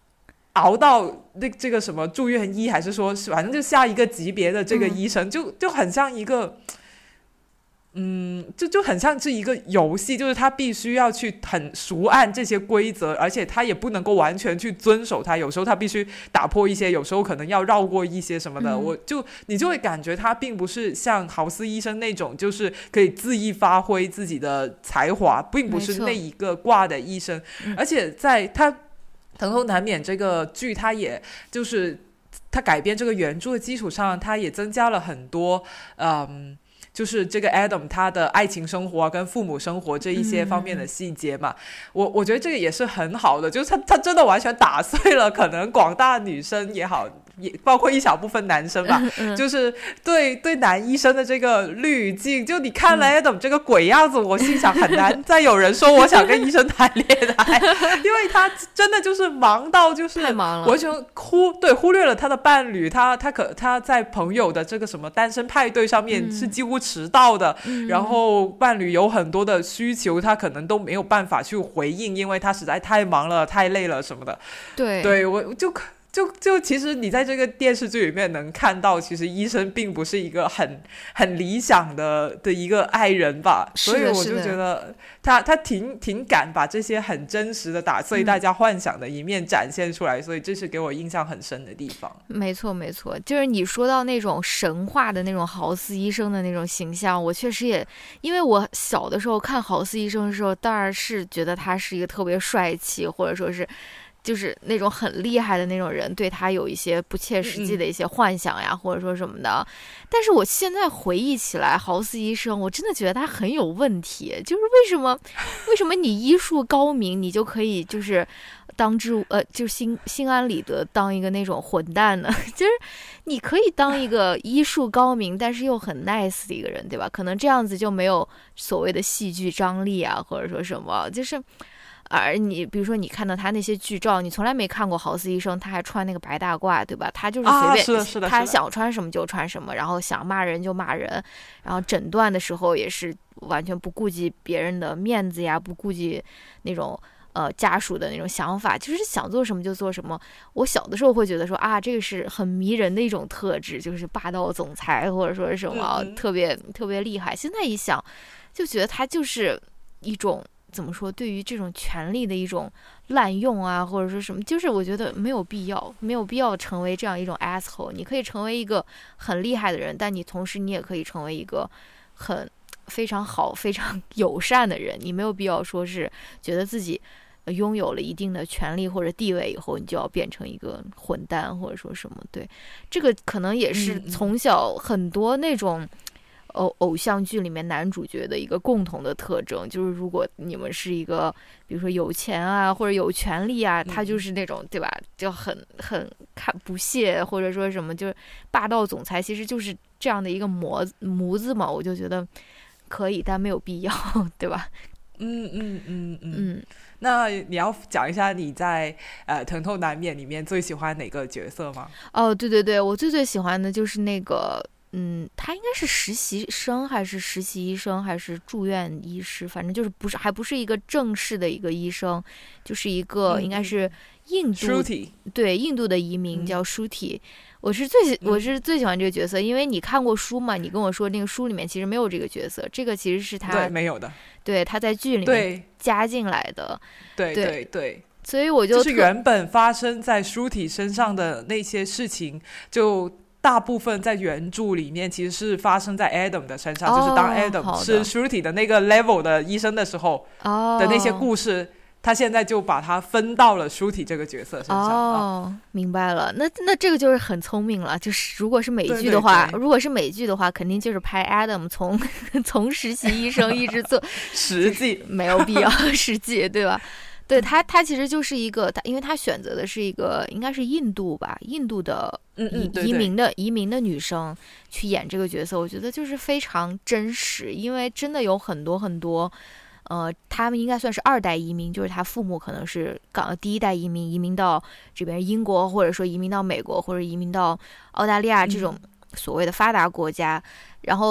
熬到这个什么住院医，还是说反正就下一个级别的这个医生，就很像一个就很像是一个游戏，就是他必须要去很熟谙这些规则，而且他也不能够完全去遵守它，有时候他必须打破一些，有时候可能要绕过一些什么的。你就会感觉他并不是像豪斯医生那种就是可以恣意发挥自己的才华，并不是那一个挂的医生。而且在他疼痛难免这个剧，他也就是他改编这个原著的基础上，他也增加了很多就是这个 Adam 他的爱情生活跟父母生活这一些方面的细节嘛，我觉得这个也是很好的，就是他真的完全打碎了可能广大女生也好，也包括一小部分男生吧，就是对男医生的这个滤镜。就你看了 Adam 这个鬼样子，我心想很难再有人说我想跟医生谈恋爱，因为他真的就是忙到就是太忙了， 完全忽略了他的伴侣，他在朋友的这个什么单身派对上面是几乎迟到的，然后伴侣有很多的需求他可能都没有办法去回应，因为他实在太忙了太累了什么的。对，我就其实你在这个电视剧里面能看到，其实医生并不是一个很理想的一个爱人吧，所以我就觉得他挺敢把这些很真实的打碎大家幻想的一面展现出来，所以这是给我印象很深的地方。 没错，就是你说到那种神话的那种豪斯医生的那种形象，我确实也，因为我小的时候看豪斯医生的时候，当然是觉得他是一个特别帅气，或者说是就是那种很厉害的那种人，对他有一些不切实际的一些幻想呀，或者说什么的。但是我现在回忆起来，豪斯医生，我真的觉得他很有问题。就是为什么你医术高明，你就可以就是就心安理得当一个那种混蛋呢？就是你可以当一个医术高明，但是又很 nice 的一个人，对吧？可能这样子就没有所谓的戏剧张力啊，或者说什么，就是。而你比如说你看到他那些剧照，你从来没看过豪斯医生他还穿那个白大褂，对吧？他就是随便， 是的他想穿什么就穿什么，然后想骂人就骂人，然后诊断的时候也是完全不顾及别人的面子呀，不顾及那种家属的那种想法，就是想做什么就做什么。我小的时候会觉得说啊，这个是很迷人的一种特质，就是霸道总裁或者说是什么特别特别厉害。现在一想就觉得他就是一种怎么说，对于这种权力的一种滥用啊，或者说什么，就是我觉得没有必要成为这样一种 asshole。你可以成为一个很厉害的人，但你同时你也可以成为一个非常好非常友善的人。你没有必要说是觉得自己拥有了一定的权利或者地位以后，你就要变成一个混蛋或者说什么。对，这个可能也是从小很多那种偶像剧里面男主角的一个共同的特征，就是如果你们是一个比如说有钱啊或者有权利啊，他就是那种对吧，就很看不屑，或者说什么就是霸道总裁，其实就是这样的一个模子嘛。我就觉得可以，但没有必要，对吧？ 那你要讲一下你在疼痛难免里面最喜欢哪个角色吗？ 对，我最喜欢的就是那个他应该是实习生还是实习医生还是住院医师，反正就是还不是一个正式的一个医生，就是一个应该是印度对印度的移民叫舒提。我是最喜欢这个角色，因为你看过书嘛，你跟我说那个书里面其实没有这个角色，这个其实是他没有的， 对，他在剧里面加进来的， 对， 所以我就是原本发生在舒提身上的那些事情，就大部分在原著里面其实是发生在 Adam 的身上，就是当 Adam 是 Shruti 的那个 level 的医生的时候的那些故事，他现在就把它分到了Shruti这个角色身上。 明白了，那这个就是很聪明了。就是如果是美剧的话，肯定就是拍 Adam 从实习医生一直做实际， 没有必要实际，对吧？对，他其实就是一个，因为他选择的是一个应该是印度的移民的女生去演这个角色，我觉得就是非常真实，因为真的有很多很多。他们应该算是2代移民，就是他父母可能是第1代移民到这边英国，或者说移民到美国，或者移民到澳大利亚这种所谓的发达国家。然后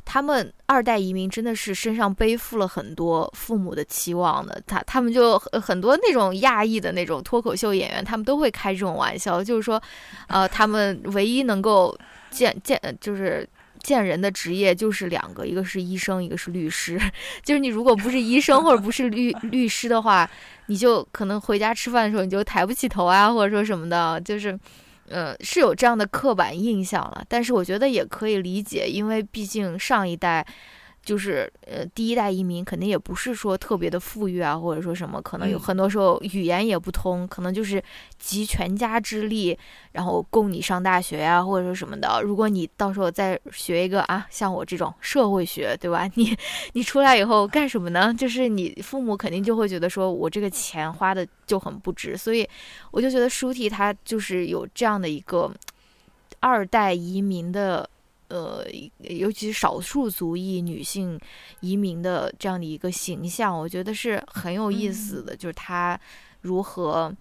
他们二代移民真的是身上背负了很多父母的期望的，他们就很多那种亚裔的那种脱口秀演员，他们都会开这种玩笑，就是说，他们唯一能够就是见人的职业就是两个，一个是医生，一个是律师。就是你如果不是医生或者不是律师的话，你就可能回家吃饭的时候你就抬不起头啊，或者说什么的，就是是有这样的刻板印象了。但是我觉得也可以理解，因为毕竟上一代就是第一代移民肯定也不是说特别的富裕啊，或者说什么，可能有很多时候语言也不通，可能就是集全家之力然后供你上大学呀，或者说什么的。如果你到时候再学一个像我这种社会学，对吧，你出来以后干什么呢？就是你父母肯定就会觉得说我这个钱花的就很不值。所以我就觉得舒娣她就是有这样的一个二代移民的尤其是少数族裔女性移民的这样的一个形象，我觉得是很有意思的。就是她如何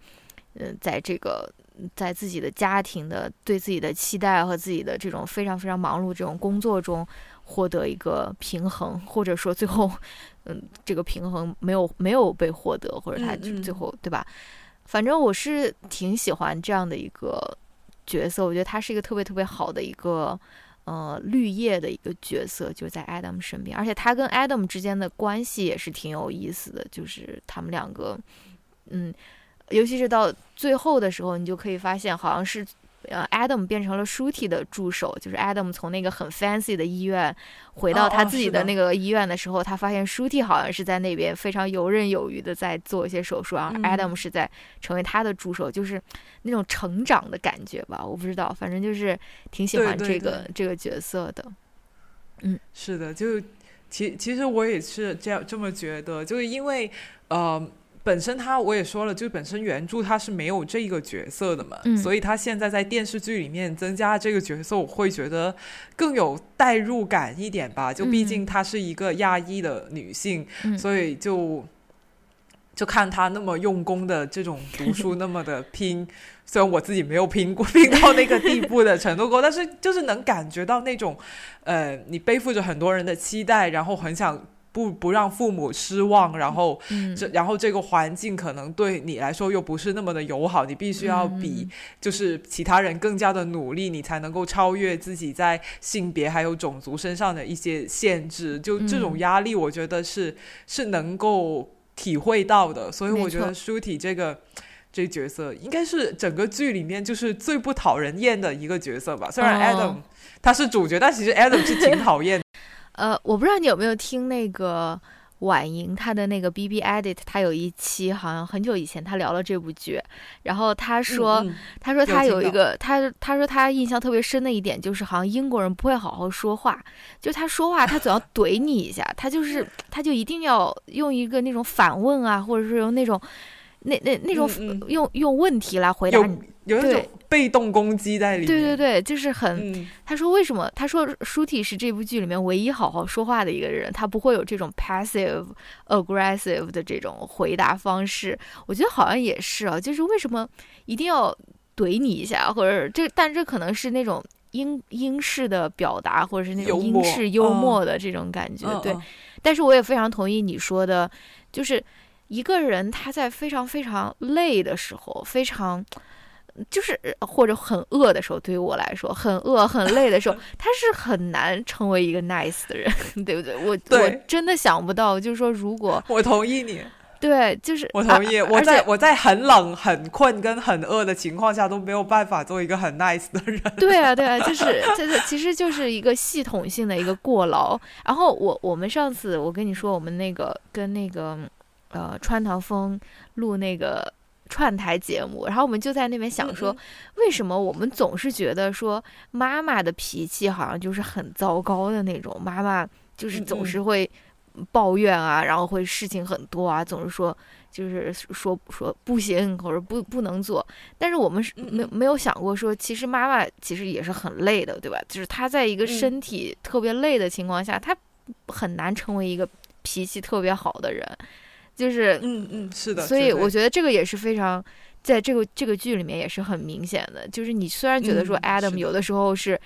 在自己的家庭的对自己的期待和自己的这种非常非常忙碌这种工作中获得一个平衡，或者说最后这个平衡没有被获得，或者她最后对吧？反正我是挺喜欢这样的一个角色，我觉得他是一个特别特别好的一个绿叶的一个角色，就在 Adam 身边。而且他跟 Adam 之间的关系也是挺有意思的，就是他们两个尤其是到最后的时候，你就可以发现好像是Adam 变成了舒娣的助手，就是 Adam 从那个很 fancy 的医院回到他自己的那个医院的时候，他发现舒娣好像是在那边非常游刃有余的在做一些手术，然后 Adam 是在成为他的助手，就是那种成长的感觉吧，我不知道，反正就是挺喜欢这个角色的。 是的，就其实我也是这么觉得，就是因为本身我也说了，就本身原著它是没有这个角色的嘛，所以他现在在电视剧里面增加这个角色，我会觉得更有代入感一点吧。就毕竟她是一个亚裔的女性，所以就看她那么用功的这种读书，那么的拼。虽然我自己没有拼到那个地步的程度过，但是就是能感觉到那种你背负着很多人的期待，然后很想不让父母失望，然后这个环境可能对你来说又不是那么的友好，你必须要比就是其他人更加的努力，你才能够超越自己在性别还有种族身上的一些限制。就这种压力我觉得是能够体会到的。所以我觉得舒娣这个角色应该是整个剧里面就是最不讨人厌的一个角色吧。虽然 Adam 他是主角，但其实 Adam 是挺讨厌的。 我不知道你有没有听那个婉莹他的那个 BB Edit， 他有一期好像很久以前他聊了这部剧，然后他说他有一个他说他印象特别深的一点就是好像英国人不会好好说话，就他说话他总要怼你一下，他就一定要用一个那种反问啊，或者是用那种那种用问题来回答你， 有一种被动攻击在里面。 对，就是很他说为什么他说舒娣是这部剧里面唯一好好说话的一个人，他不会有这种 passive aggressive 的这种回答方式。我觉得好像也是啊，就是为什么一定要怼你一下，或者但这可能是那种英式的表达，或者是那种英式幽默的这种感觉。对，但是我也非常同意你说的，就是一个人他在非常非常累的时候，非常就是或者很饿的时候，对于我来说很饿很累的时候他是很难成为一个 nice 的人，对不对？我真的想不到，就是说如果我同意你， 对，就是我同意。我在很冷很困跟很饿的情况下都没有办法做一个很 nice 的人。 对啊就是其实就是一个系统性的一个过劳。然后我们上次我跟你说我们那个跟那个川唐风录那个串台节目，然后我们就在那边想说为什么我们总是觉得说妈妈的脾气好像就是很糟糕的那种，妈妈就是总是会抱怨啊，然后会事情很多啊，总是说就是说不行或者不能做。但是我们是没有想过说其实妈妈其实也是很累的，对吧？就是她在一个身体特别累的情况下，她很难成为一个脾气特别好的人。就是是的， 所以我觉得这个也是非常在这个剧里面也是很明显的。就是你虽然觉得说 Adam 有的时候是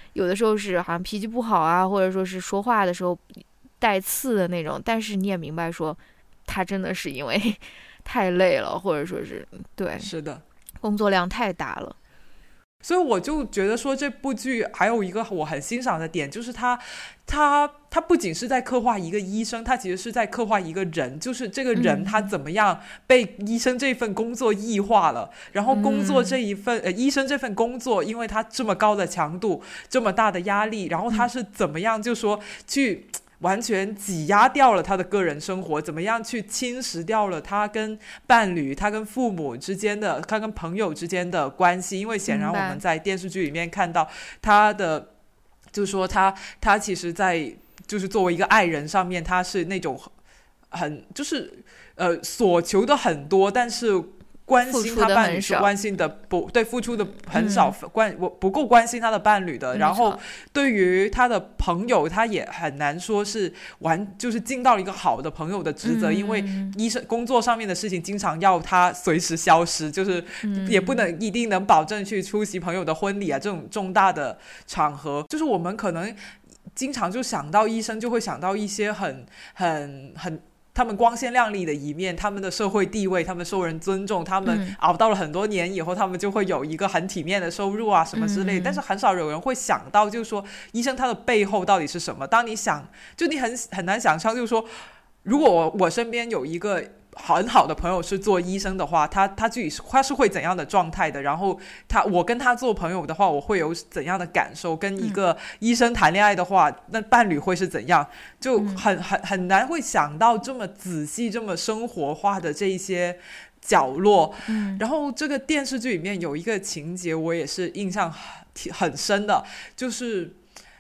有的时候是好像脾气不好啊，或者说是说话的时候带刺的那种，但是你也明白说他真的是因为太累了，或者说是对， 是的， 工作量太大了。 所以我就觉得说这部剧还有一个我很欣赏的点，就是他不仅是在刻画一个医生，他其实是在刻画一个人，就是这个人他怎么样被医生这份工作异化了，然后工作这一份医生这份工作，因为他这么高的强度，这么大的压力，然后他是怎么样就说去完全挤压掉了他的个人生活，怎么样去侵蚀掉了他跟伴侣、他跟父母之间的、他跟朋友之间的关系。因为显然我们在电视剧里面看到他的，就是说他其实在就是作为一个爱人上面，他是那种很就是所求的很多，但是关心他伴侣是关心的不对，付出的很少，不够关心他的伴侣的。然后对于他的朋友，他也很难说是就是尽到了一个好的朋友的职责，因为医生工作上面的事情经常要他随时消失，就是也不能一定能保证去出席朋友的婚礼啊，这种重大的场合，就是我们可能经常就想到医生，就会想到一些很他们光鲜亮丽的一面，他们的社会地位，他们受人尊重，他们熬到了很多年以后，他们就会有一个很体面的收入啊什么之类，但是很少有人会想到就是说医生他的背后到底是什么。当你想就你很难想象，就是说如果我身边有一个很好的朋友是做医生的话，他是会怎样的状态的，然后我跟他做朋友的话，我会有怎样的感受，跟一个医生谈恋爱的话，那伴侣会是怎样，就很难会想到这么仔细这么生活化的这一些角落。然后这个电视剧里面有一个情节我也是印象很深的，就是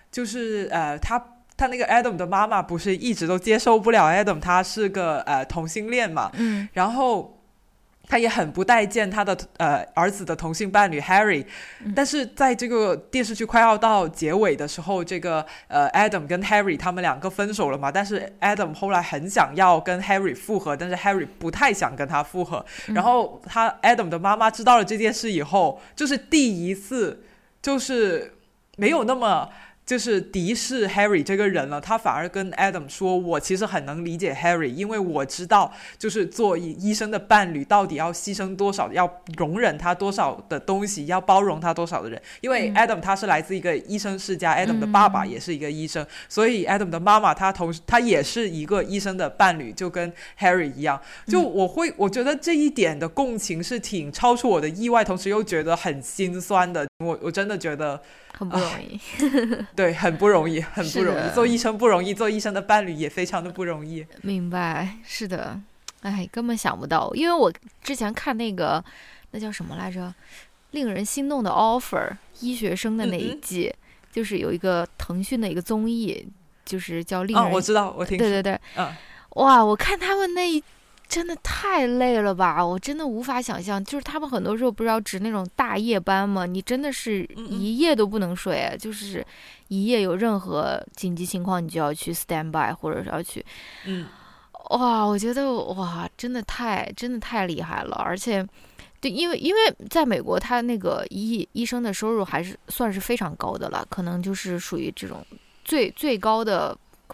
他那个 Adam 的妈妈不是一直都接受不了 Adam 他是个同性恋嘛，然后他也很不待见他的儿子的同性伴侣 Harry，但是在这个电视剧快要到结尾的时候，这个Adam 跟 Harry 他们两个分手了嘛，但是 Adam 后来很想要跟 Harry 复合，但是 Harry 不太想跟他复合，然后Adam 的妈妈知道了这件事以后，就是第一次就是没有那么就是敌视 Harry 这个人了，他反而跟 Adam 说，我其实很能理解 Harry， 因为我知道就是做医生的伴侣到底要牺牲多少，要容忍他多少的东西，要包容他多少的人，因为 Adam 他是来自一个医生世家， Adam 的爸爸也是一个医生，所以 Adam 的妈妈他也是一个医生的伴侣，就跟 Harry 一样，就我觉得这一点的共情是挺超出我的意外，同时又觉得很心酸的，我真的觉得很不容易对，很不容易，很不容易，做医生不容易，做医生的伴侣也非常的不容易。 明白，是的，哎，根本想不到，因为我之前看那叫什么来着，令人心动的 offer 医学生的那一季，就是有一个腾讯的一个综艺，就是叫令人， 我知道，我听说， 对，哇，我看他们那一真的太累了吧，我真的无法想象，就是他们很多时候不是要值那种大夜班吗？你真的是一夜都不能睡，就是一夜有任何紧急情况你就要去 stand by， 或者是要去哇，我觉得哇，真的太厉害了，而且对，因为在美国他那个医生的收入还是算是非常高的了，可能就是属于这种最高的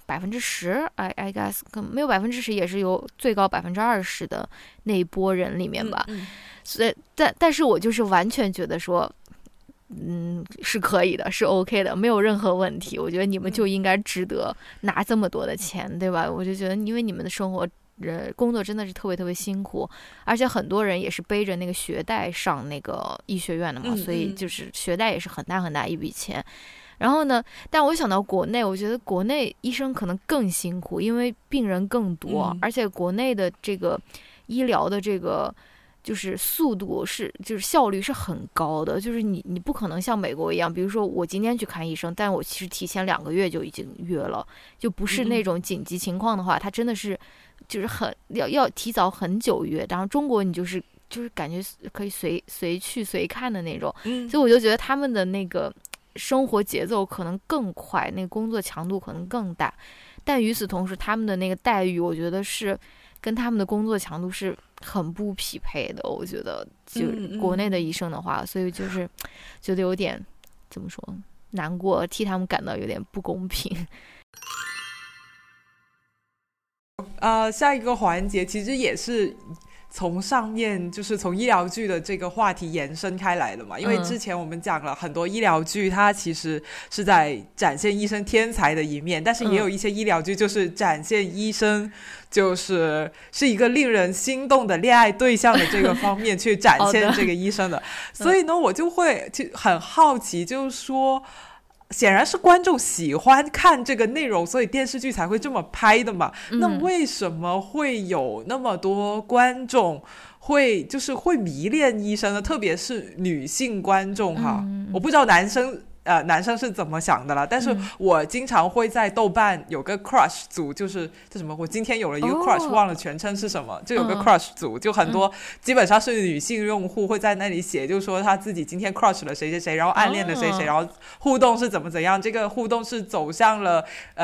10%， I guess 可能没有10%，也是有最高20%的那一波人里面吧。所以但是我就是完全觉得说，是可以的，是 OK 的，没有任何问题。我觉得你们就应该值得拿这么多的钱，对吧？我就觉得，因为你们的生活工作真的是特别特别辛苦，而且很多人也是背着那个学贷上那个医学院的嘛，所以就是学贷也是很大很大一笔钱。然后呢，但我想到国内，我觉得国内医生可能更辛苦，因为病人更多，而且国内的这个医疗的这个就是速度就是效率是很高的，就是你不可能像美国一样，比如说我今天去看医生，但我其实提前2个月就已经约了，就不是那种紧急情况的话，它真的是就是要提早很久约，然后中国你就是感觉可以随去随看的那种，所以我就觉得他们的那个生活节奏可能更快，那个工作强度可能更大，但与此同时他们的那个待遇我觉得是跟他们的工作强度是很不匹配的，我觉得就国内的医生的话，所以就是觉得有点怎么说难过，替他们感到有点不公平。 下一个环节其实也是从上面就是从医疗剧的这个话题延伸开来的嘛，因为之前我们讲了很多医疗剧它其实是在展现医生天才的一面，但是也有一些医疗剧就是展现医生是一个令人心动的恋爱对象的这个方面去展现这个医生的所以呢我就会很好奇，就是说显然是观众喜欢看这个内容，所以电视剧才会这么拍的嘛。那为什么会有那么多观众会迷恋医生呢？特别是女性观众哈，我不知道男生是怎么想的啦，但是我经常会在豆瓣有个 crush 组，就是这什么，我今天有了一个 crush，忘了全称是什么，就有个 crush 组，就很多基本上是女性用户会在那里写，就说他自己今天 crush 了谁谁谁，然后暗恋了谁谁，然后互动是怎样，这个互动是走向了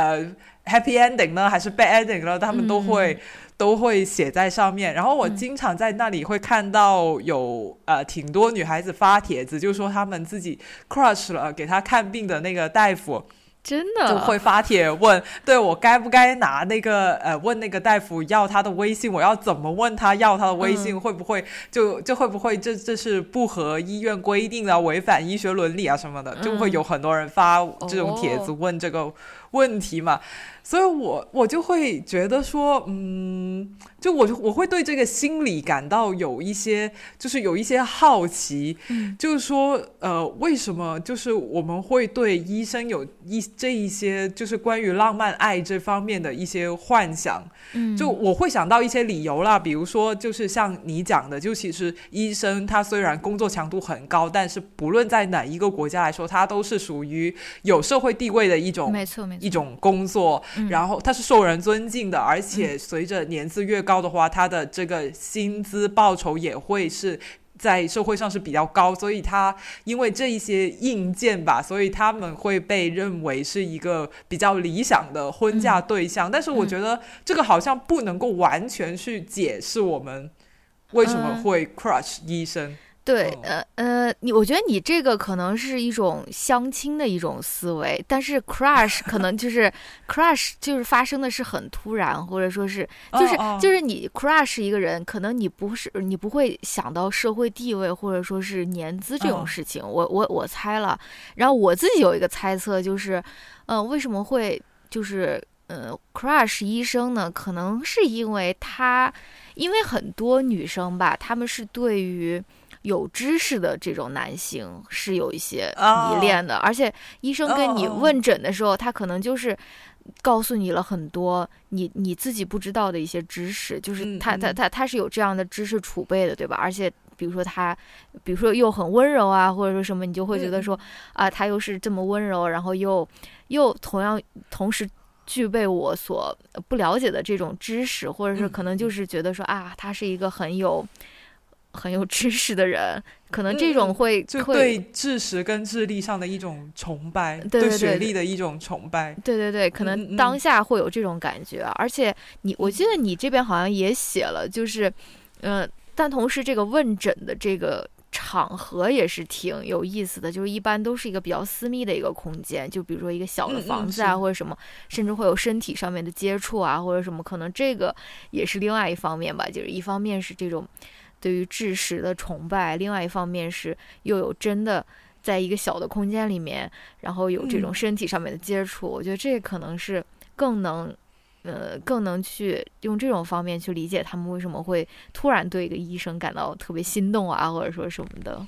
happy ending 呢还是 bad ending 呢，他们都会写在上面。然后我经常在那里会看到有挺多女孩子发帖子，就说他们自己 crush 了给她看病的那个大夫， 真的就会发帖问，对，我该不该拿那个问那个大夫要他的微信，我要怎么问他要他的微信，会不会就会不会这是不合医院规定的，违反医学伦理啊什么的，就会有很多人发这种帖子问这个问题嘛。所以我就会觉得说就我会对这个心理感到有一些好奇，就是说为什么就是我们会对医生有这一些就是关于浪漫爱这方面的一些幻想，就我会想到一些理由啦，比如说就是像你讲的，就其实医生他虽然工作强度很高，但是不论在哪一个国家来说，他都是属于有社会地位的一种工作，然后他是受人尊敬的，而且随着年资越高的话，他的这个薪资报酬也会是在社会上是比较高，所以他因为这一些硬件吧，所以他们会被认为是一个比较理想的婚嫁对象，但是我觉得这个好像不能够完全去解释我们为什么会 crush 医生。 对，我觉得你这个可能是一种相亲的一种思维，但是 crush 可能crush 就是发生的是很突然，或者说是就是你 crush 一个人，可能你不会想到社会地位或者说是年资这种事情。我猜了，然后我自己有一个猜测，就是为什么会就是crush 医生呢？可能是因为很多女生吧，她们是对于有知识的这种男性是有一些迷恋的，而且医生跟你问诊的时候，他可能就是告诉你了很多你自己不知道的一些知识，就是他是有这样的知识储备的，对吧？而且比如说又很温柔啊，或者说什么，你就会觉得说他又是这么温柔，然后又同时具备我所不了解的这种知识，或者是可能就是觉得说他是一个很有知识的人，可能这种会对知识跟智力上的一种崇拜， 对学历的一种崇拜， 对，可能当下会有这种感觉。而且我记得你这边好像也写了，就是但同时这个问诊的这个场合也是挺有意思的，就是一般都是一个比较私密的一个空间，就比如说一个小的房子或者什么，甚至会有身体上面的接触啊，或者什么，可能这个也是另外一方面吧，就是一方面是这种对于知识的崇拜，另外一方面是又有真的在一个小的空间里面，然后有这种身体上面的接触，我觉得这可能是更能去用这种方面去理解他们为什么会突然对一个医生感到特别心动啊，或者说什么的。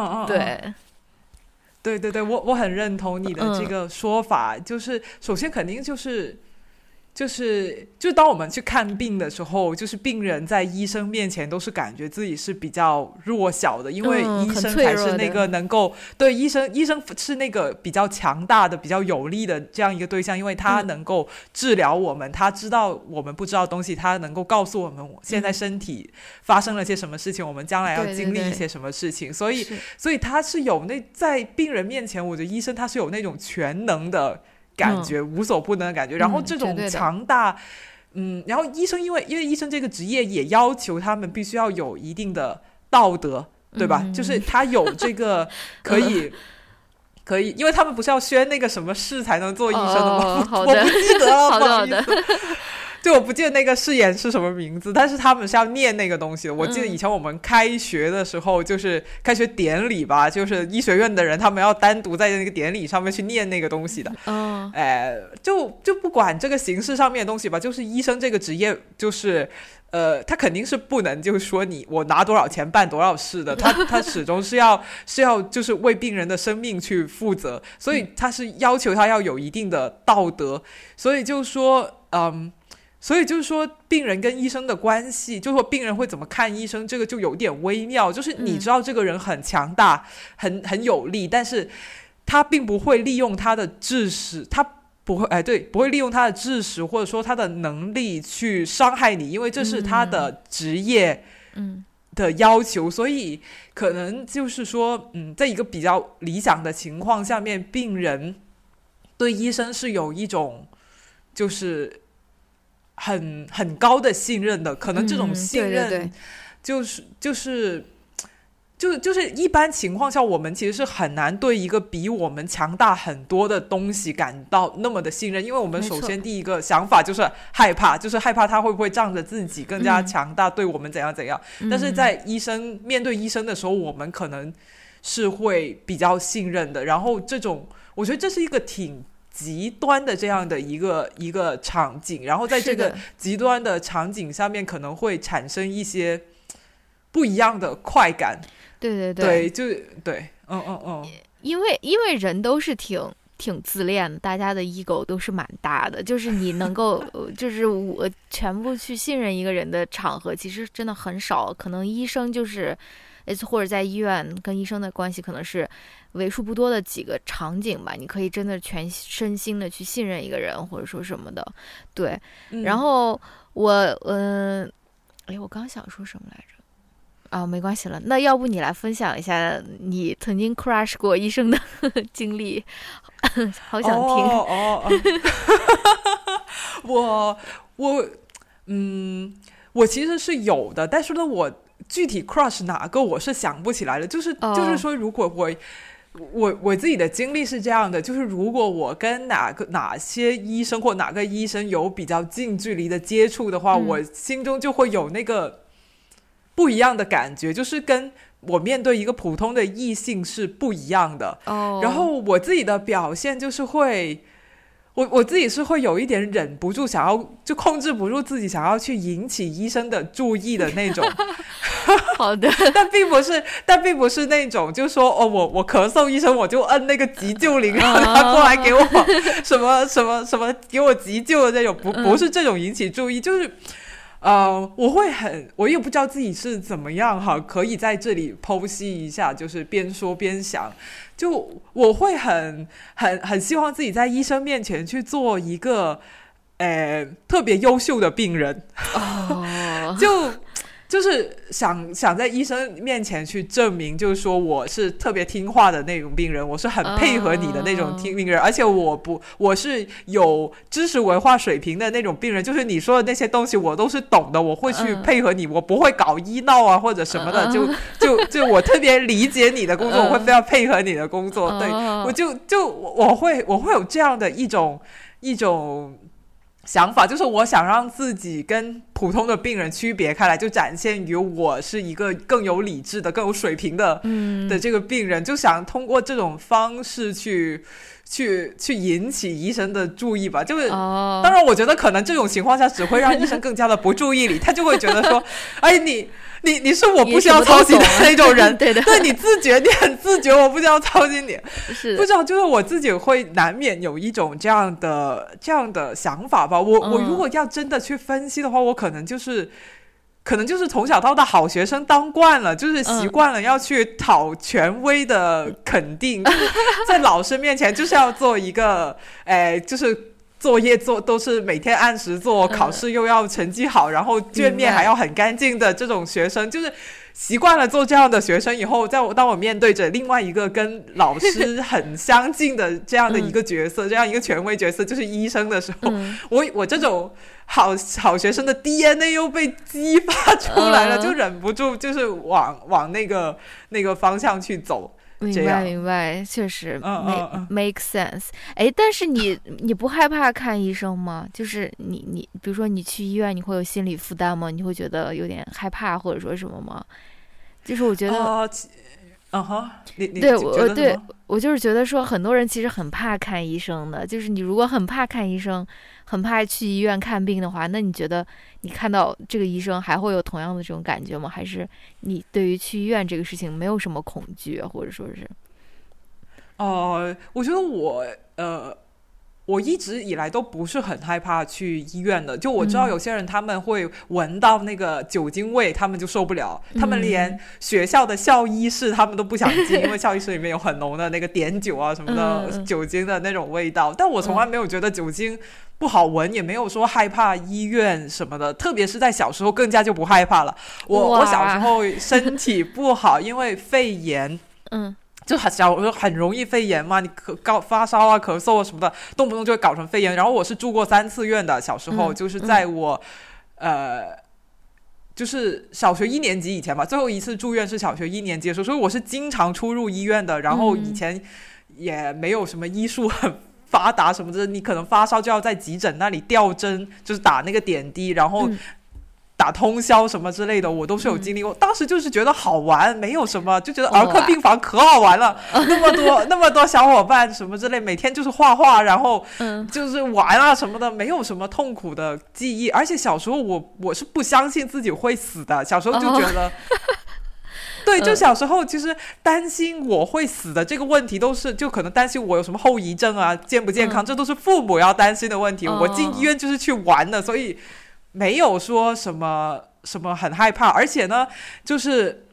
对，我很认同你的这个说法，就是首先肯定就是当我们去看病的时候，就是病人在医生面前都是感觉自己是比较弱小的，因为医生才是那个能够对医生是那个比较强大的比较有力的这样一个对象，因为他能够治疗我们，他知道我们不知道的东西，他能够告诉我们现在身体发生了些什么事情，我们将来要经历一些什么事情，所以他是有在病人面前，我觉得医生他是有那种全能的感觉，无所不能的感觉，然后这种强大然后医生因为医生这个职业也要求他们必须要有一定的道德，对吧？就是他有这个可可以，因为他们不是要宣那个什么试才能做医生的吗？ 好的我不记得了， 好的好的。 就我不记得那个誓言是什么名字，但是他们是要念那个东西的。我记得以前我们开学的时候，就是开学典礼吧，就是医学院的人他们要单独在那个典礼上面去念那个东西的。就不管这个形式上面的东西吧，就是医生这个职业就是他肯定是不能就是说我拿多少钱办多少事的，他始终是要就是为病人的生命去负责，所以他是要求他要有一定的道德，所以就是说病人跟医生的关系，就是说病人会怎么看医生，这个就有点微妙，就是你知道这个人很强大，很有力，但是他并不会利用他的知识，他不会利用他的知识或者说他的能力去伤害你，因为这是他的职业的要求，所以可能就是说在一个比较理想的情况下面，病人对医生是有一种就是很高的信任的，可能这种信任就是一般情况下我们其实是很难对一个比我们强大很多的东西感到那么的信任，因为我们首先第一个想法就是害怕，就是害怕他会不会仗着自己更加强大对我们怎样怎样，但是在面对医生的时候，我们可能是会比较信任的，然后我觉得这是一个挺极端的这样的一个场景，然后在这个极端的场景下面可能会产生一些不一样的快感。对，就对， 因为人都是挺自恋的，大家的 ego 都是蛮大的，就是你能够就是我全部去信任一个人的场合其实真的很少，可能医生就是或者在医院跟医生的关系可能是为数不多的几个场景吧，你可以真的全身心的去信任一个人或者说什么的。对，然后我刚刚想说什么来着没关系了，那要不你来分享一下你曾经 crush 过医生的经历好想听。 我其实是有的，但是呢我具体 crush 哪个我是想不起来了，就是说如果我自己的经历是这样的，就是如果我跟哪些医生或哪个医生有比较近距离的接触的话，我心中就会有那个不一样的感觉，就是跟我面对一个普通的异性是不一样的。然后我自己的表现就是会我自己是会有一点忍不住想要就控制不住自己想要去引起医生的注意的那种。 好的。 但并不是那种就说我咳嗽医生我就摁那个急救铃然后他过来给我什么给我急救的那种，不是这种引起注意，就是我也不知道自己是怎么样可以在这里剖析一下，就是边说边想，就我会很希望自己在医生面前去做一个特别优秀的病人。就是想在医生面前去证明，就是说我是特别听话的那种病人，我是很配合你的那种病人，而且我是有知识文化水平的那种病人，就是你说的那些东西我都是懂的，我会去配合你，我不会搞医闹啊或者什么的，就我特别理解你的工作，我会非常配合你的工作。对，我会有这样的一种想法，就是我想让自己跟普通的病人区别开来，就展现于我是一个更有理智的更有水平的这个病人，就想通过这种方式去引起医生的注意吧。就是当然我觉得可能这种情况下只会让医生更加的不注意你，他就会觉得说哎你是我不需要操心的那种人。对，你很自觉我不需要操心你。是不知道，就是我自己会难免有一种这样的想法吧。我如果要真的去分析的话，我可能就是从小到大好学生当惯了，就是习惯了要去讨权威的肯定，在老师面前就是要做一个就是作业都是每天按时做，考试又要成绩好，然后卷面还要很干净的这种学生，就是习惯了做这样的学生以后，当我面对着另外一个跟老师很相近的这样的一个角色，这样一个权威角色就是医生的时候，我这种好学生的 DNA 又被激发出来了，就忍不住就是往那个方向去走。 明白明白，确实make sense。哎，但是你不害怕看医生吗？就是你比如说你去医院，你会有心理负担吗？你会觉得有点害怕或者说什么吗？就是我觉得我就是觉得说很多人其实很怕看医生的，就是你如果很怕看医生，很怕去医院看病的话，那你觉得你看到这个医生还会有同样的这种感觉吗？还是你对于去医院这个事情没有什么恐惧，或者说是我觉得我一直以来都不是很害怕去医院的，就我知道有些人他们会闻到那个酒精味，他们就受不了，他们连学校的校医室他们都不想进，因为校医室里面有很浓的那个碘酒啊什么的酒精的那种味道，但我从来没有觉得酒精不好闻，也没有说害怕医院什么的，特别是在小时候更加就不害怕了。我小时候身体不好，因为肺炎，就小时候很容易肺炎嘛，你发烧啊、咳嗽啊什么的，动不动就会搞成肺炎。然后我是住过3次院的，小时候就是在我就是小学1年级以前吧，最后一次住院是小学1年级的时候，所以我是经常出入医院的。然后以前也没有什么医术很发达什么的，你可能发烧就要在急诊那里吊针，就是打那个点滴，然后打通宵什么之类的，我都是有经历过。当时就是觉得好玩，没有什么，就觉得儿科病房可好玩了，那么多小伙伴什么之类，每天就是画画，然后就是玩啊什么的，没有什么痛苦的记忆。而且小时候我是不相信自己会死的，小时候就觉得对，就小时候其实担心我会死的这个问题，都是就可能担心我有什么后遗症啊，健不健康，这都是父母要担心的问题。我进医院就是去玩的，所以没有说什么很害怕。而且呢就是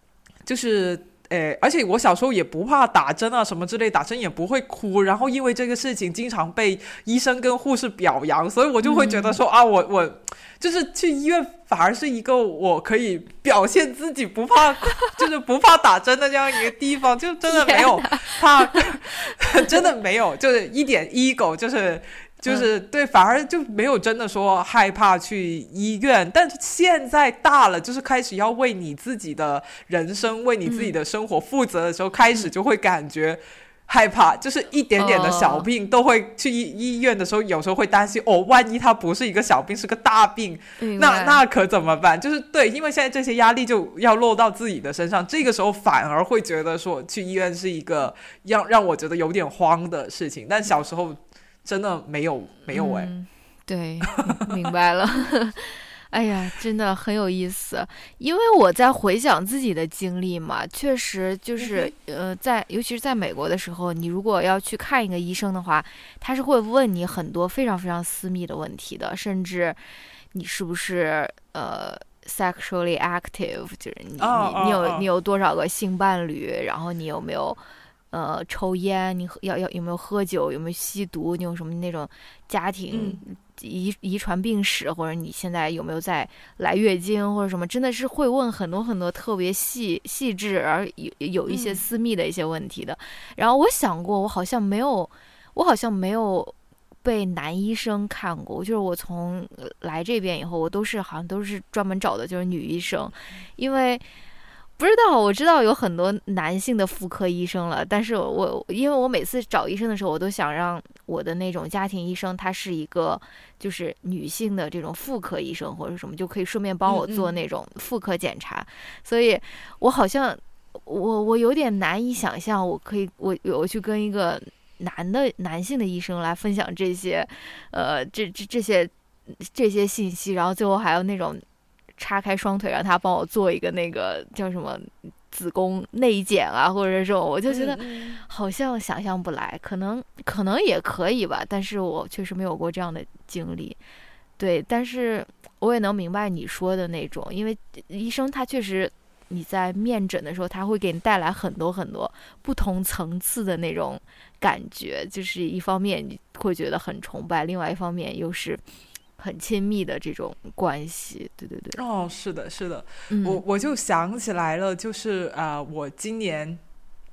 而且我小时候也不怕打针啊什么之类，打针也不会哭，然后因为这个事情经常被医生跟护士表扬，所以我就会觉得说我就是去医院反而是一个我可以表现自己不怕就是不怕打针的这样一个地方，就真的没有怕真的没有，就是一点 ego，就是对，反而就没有真的说害怕去医院。但是现在大了，就是开始要为你自己的人生为你自己的生活负责的时候，开始就会感觉害怕，就是一点点的小病都会去医院的时候，有时候会担心万一它不是一个小病是个大病，那可怎么办？就是对，因为现在这些压力就要落到自己的身上，这个时候反而会觉得说去医院是一个让我觉得有点慌的事情。但小时候真的没有对，明白了哎呀，真的很有意思，因为我在回想自己的经历嘛，确实就是尤其是在美国的时候，你如果要去看一个医生的话，他是会问你很多非常非常私密的问题的，甚至你是不是sexually active， 就是你有多少个性伴侣，然后你有没有抽烟，你有没有喝酒，有没有吸毒，你有什么那种家庭遗传病史，或者你现在有没有在来月经或者什么，真的是会问很多很多特别细致而有一些私密的一些问题的。然后我想过，我好像没有被男医生看过，就是我从来这边以后，我好像都是专门找的就是女医生，因为不知道，我知道有很多男性的妇科医生了，但是因为我每次找医生的时候，我都想让我的那种家庭医生，他是一个就是女性的这种妇科医生或者什么，就可以顺便帮我做那种妇科检查，所以我好像我有点难以想象，我去跟一个男性的医生来分享这些这些信息，然后最后还有那种叉开双腿让他帮我做一个那个叫什么子宫内检啊，或者这种，我就觉得好像想象不来，可能也可以吧，但是我确实没有过这样的经历。对，但是我也能明白你说的那种，因为医生他确实你在面诊的时候，他会给你带来很多很多不同层次的那种感觉，就是一方面你会觉得很崇拜，另外一方面又是很亲密的这种关系。对对对， 是的，我就想起来了，就是我今年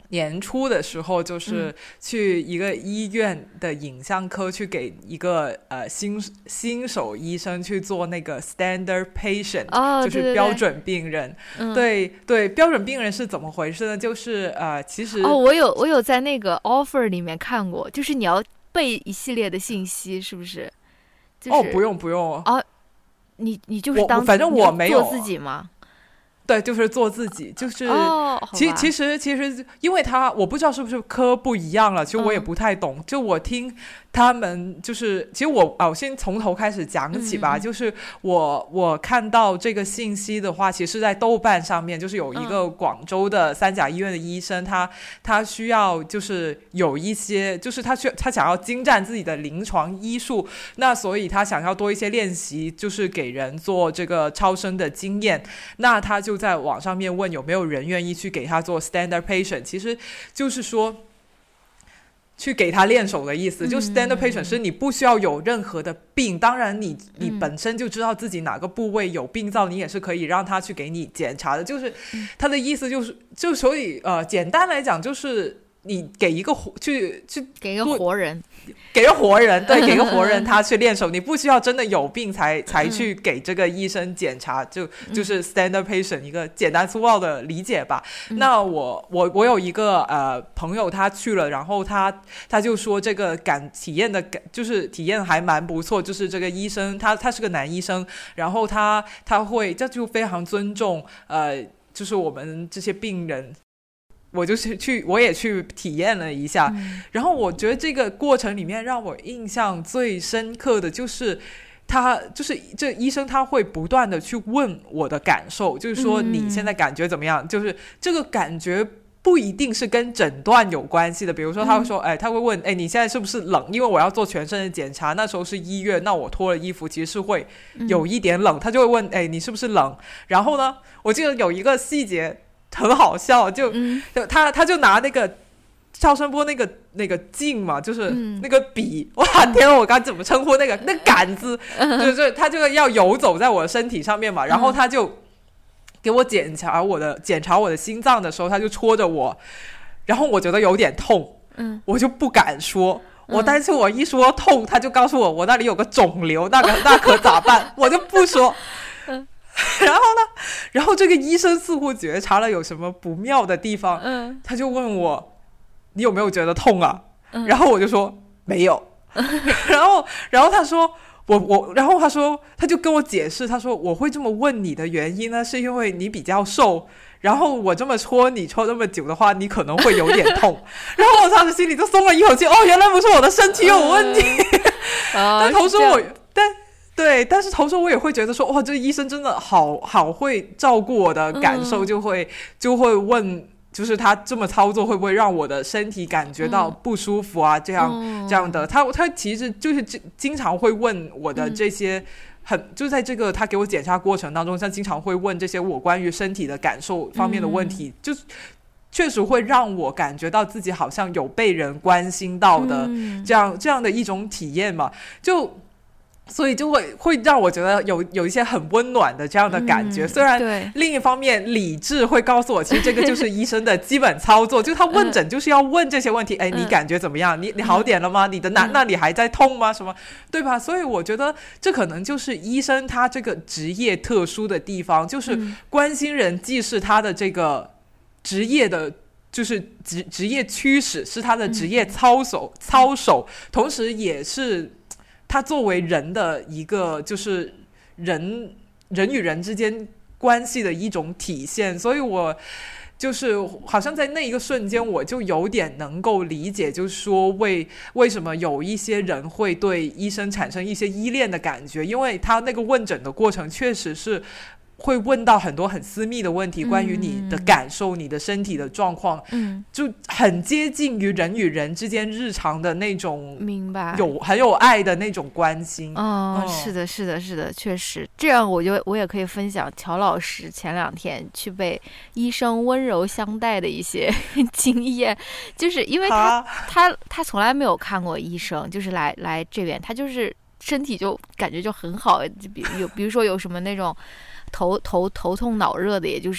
年初的时候，就是去一个医院的影像科去给一个新手医生去做那个 standard patient，就是标准病人。对对，标准病人是怎么回事呢？就是其实我有在那个 offer 里面看过，就是你要背一系列的信息，是不是？就是、 不用你就是反正我没有做自己吗？ 对，就是做自己，就是其实因为我不知道是不是科不一样了，其实我也不太懂。就我听他们就是其实我先从头开始讲起吧。就是我看到这个信息的话，其实是在豆瓣上面，就是有一个广州的三甲医院的医生，他需要就是有一些就是他想要精湛自己的临床医术，那所以他想要多一些练习，就是给人做这个超声的经验。那他就在网上面问有没有人愿意去给他做 standard patient， 其实就是说去给他练手的意思。就 standard patient 是你不需要有任何的病，当然你本身就知道自己哪个部位有病灶，你也是可以让他去给你检查的。就是他的意思就所以简单来讲就是你给一个给一个活人， 对，给个活人他去练手，你不需要真的有病才去给这个医生检查，就是 standard patient 一个简单粗暴的理解吧。那我有一个朋友他去了，然后他就说这个体验体验还蛮不错，就是这个医生他是个男医生，然后他会这就非常尊重就是我们这些病人。我也去体验了一下，然后我觉得这个过程里面让我印象最深刻的就是这医生他会不断的去问我的感受，就是说你现在感觉怎么样，就是这个感觉不一定是跟诊断有关系的。比如说他会说他会问你现在是不是冷，因为我要做全身的检查，那时候是1月，那我脱了衣服其实是会有一点冷，他就会问你是不是冷。然后呢，我记得有一个细节很好笑，就他就拿那个超声波那个镜嘛，就是那个笔，哇天啊，我刚怎么称呼那杆子，就是他就要游走在我的身体上面嘛，然后他就给我检查我的心脏的时候，他就戳着我，然后我觉得有点痛，我就不敢说，我担心我一说痛，他就告诉我那里有个肿瘤，那可咋办？我就不说。然后呢，然后这个医生似乎觉察了有什么不妙的地方，他就问我你有没有觉得痛啊？然后我就说没有。然后他说然后他就跟我解释，他说我会这么问你的原因呢，是因为你比较瘦，然后我这么戳你戳这么久的话，你可能会有点痛。然后我当时心里就松了一口气，原来不是我的身体有问题。但同时但是同时我也会觉得说，这医生真的好会照顾我的感受，就会问，就是他这么操作会不会让我的身体感觉到不舒服啊？这样的，他其实就是经常会问我的这些。就在这个他给我检查过程当中，他经常会问这些我关于身体的感受方面的问题，就确实会让我感觉到自己好像有被人关心到的这样的一种体验嘛，所以就会让我觉得有一些很温暖的这样的感觉。虽然另一方面理智会告诉我，其实这个就是医生的基本操作，就他问诊就是要问这些问题，你感觉怎么样？你好点了吗？你的那里还在痛吗？什么，对吧？所以我觉得这可能就是医生他这个职业特殊的地方，就是关心人既是他的这个职业的就是职业驱使，是他的职业操守，同时也是他作为人的一个就是人与人之间关系的一种体现。所以我就是好像在那一个瞬间我就有点能够理解，就是说为什么有一些人会对医生产生一些依恋的感觉，因为他那个问诊的过程确实是会问到很多很私密的问题，关于你的感受，你的身体的状况，就很接近于人与人之间日常的那种明白很有爱的那种关心。 是的，确实这样。我也可以分享乔老师前2天去被医生温柔相待的一些经验，就是因为他从来没有看过医生，就是来这边，他就是身体就感觉就很好，比如说有什么那种头痛脑热的，也就是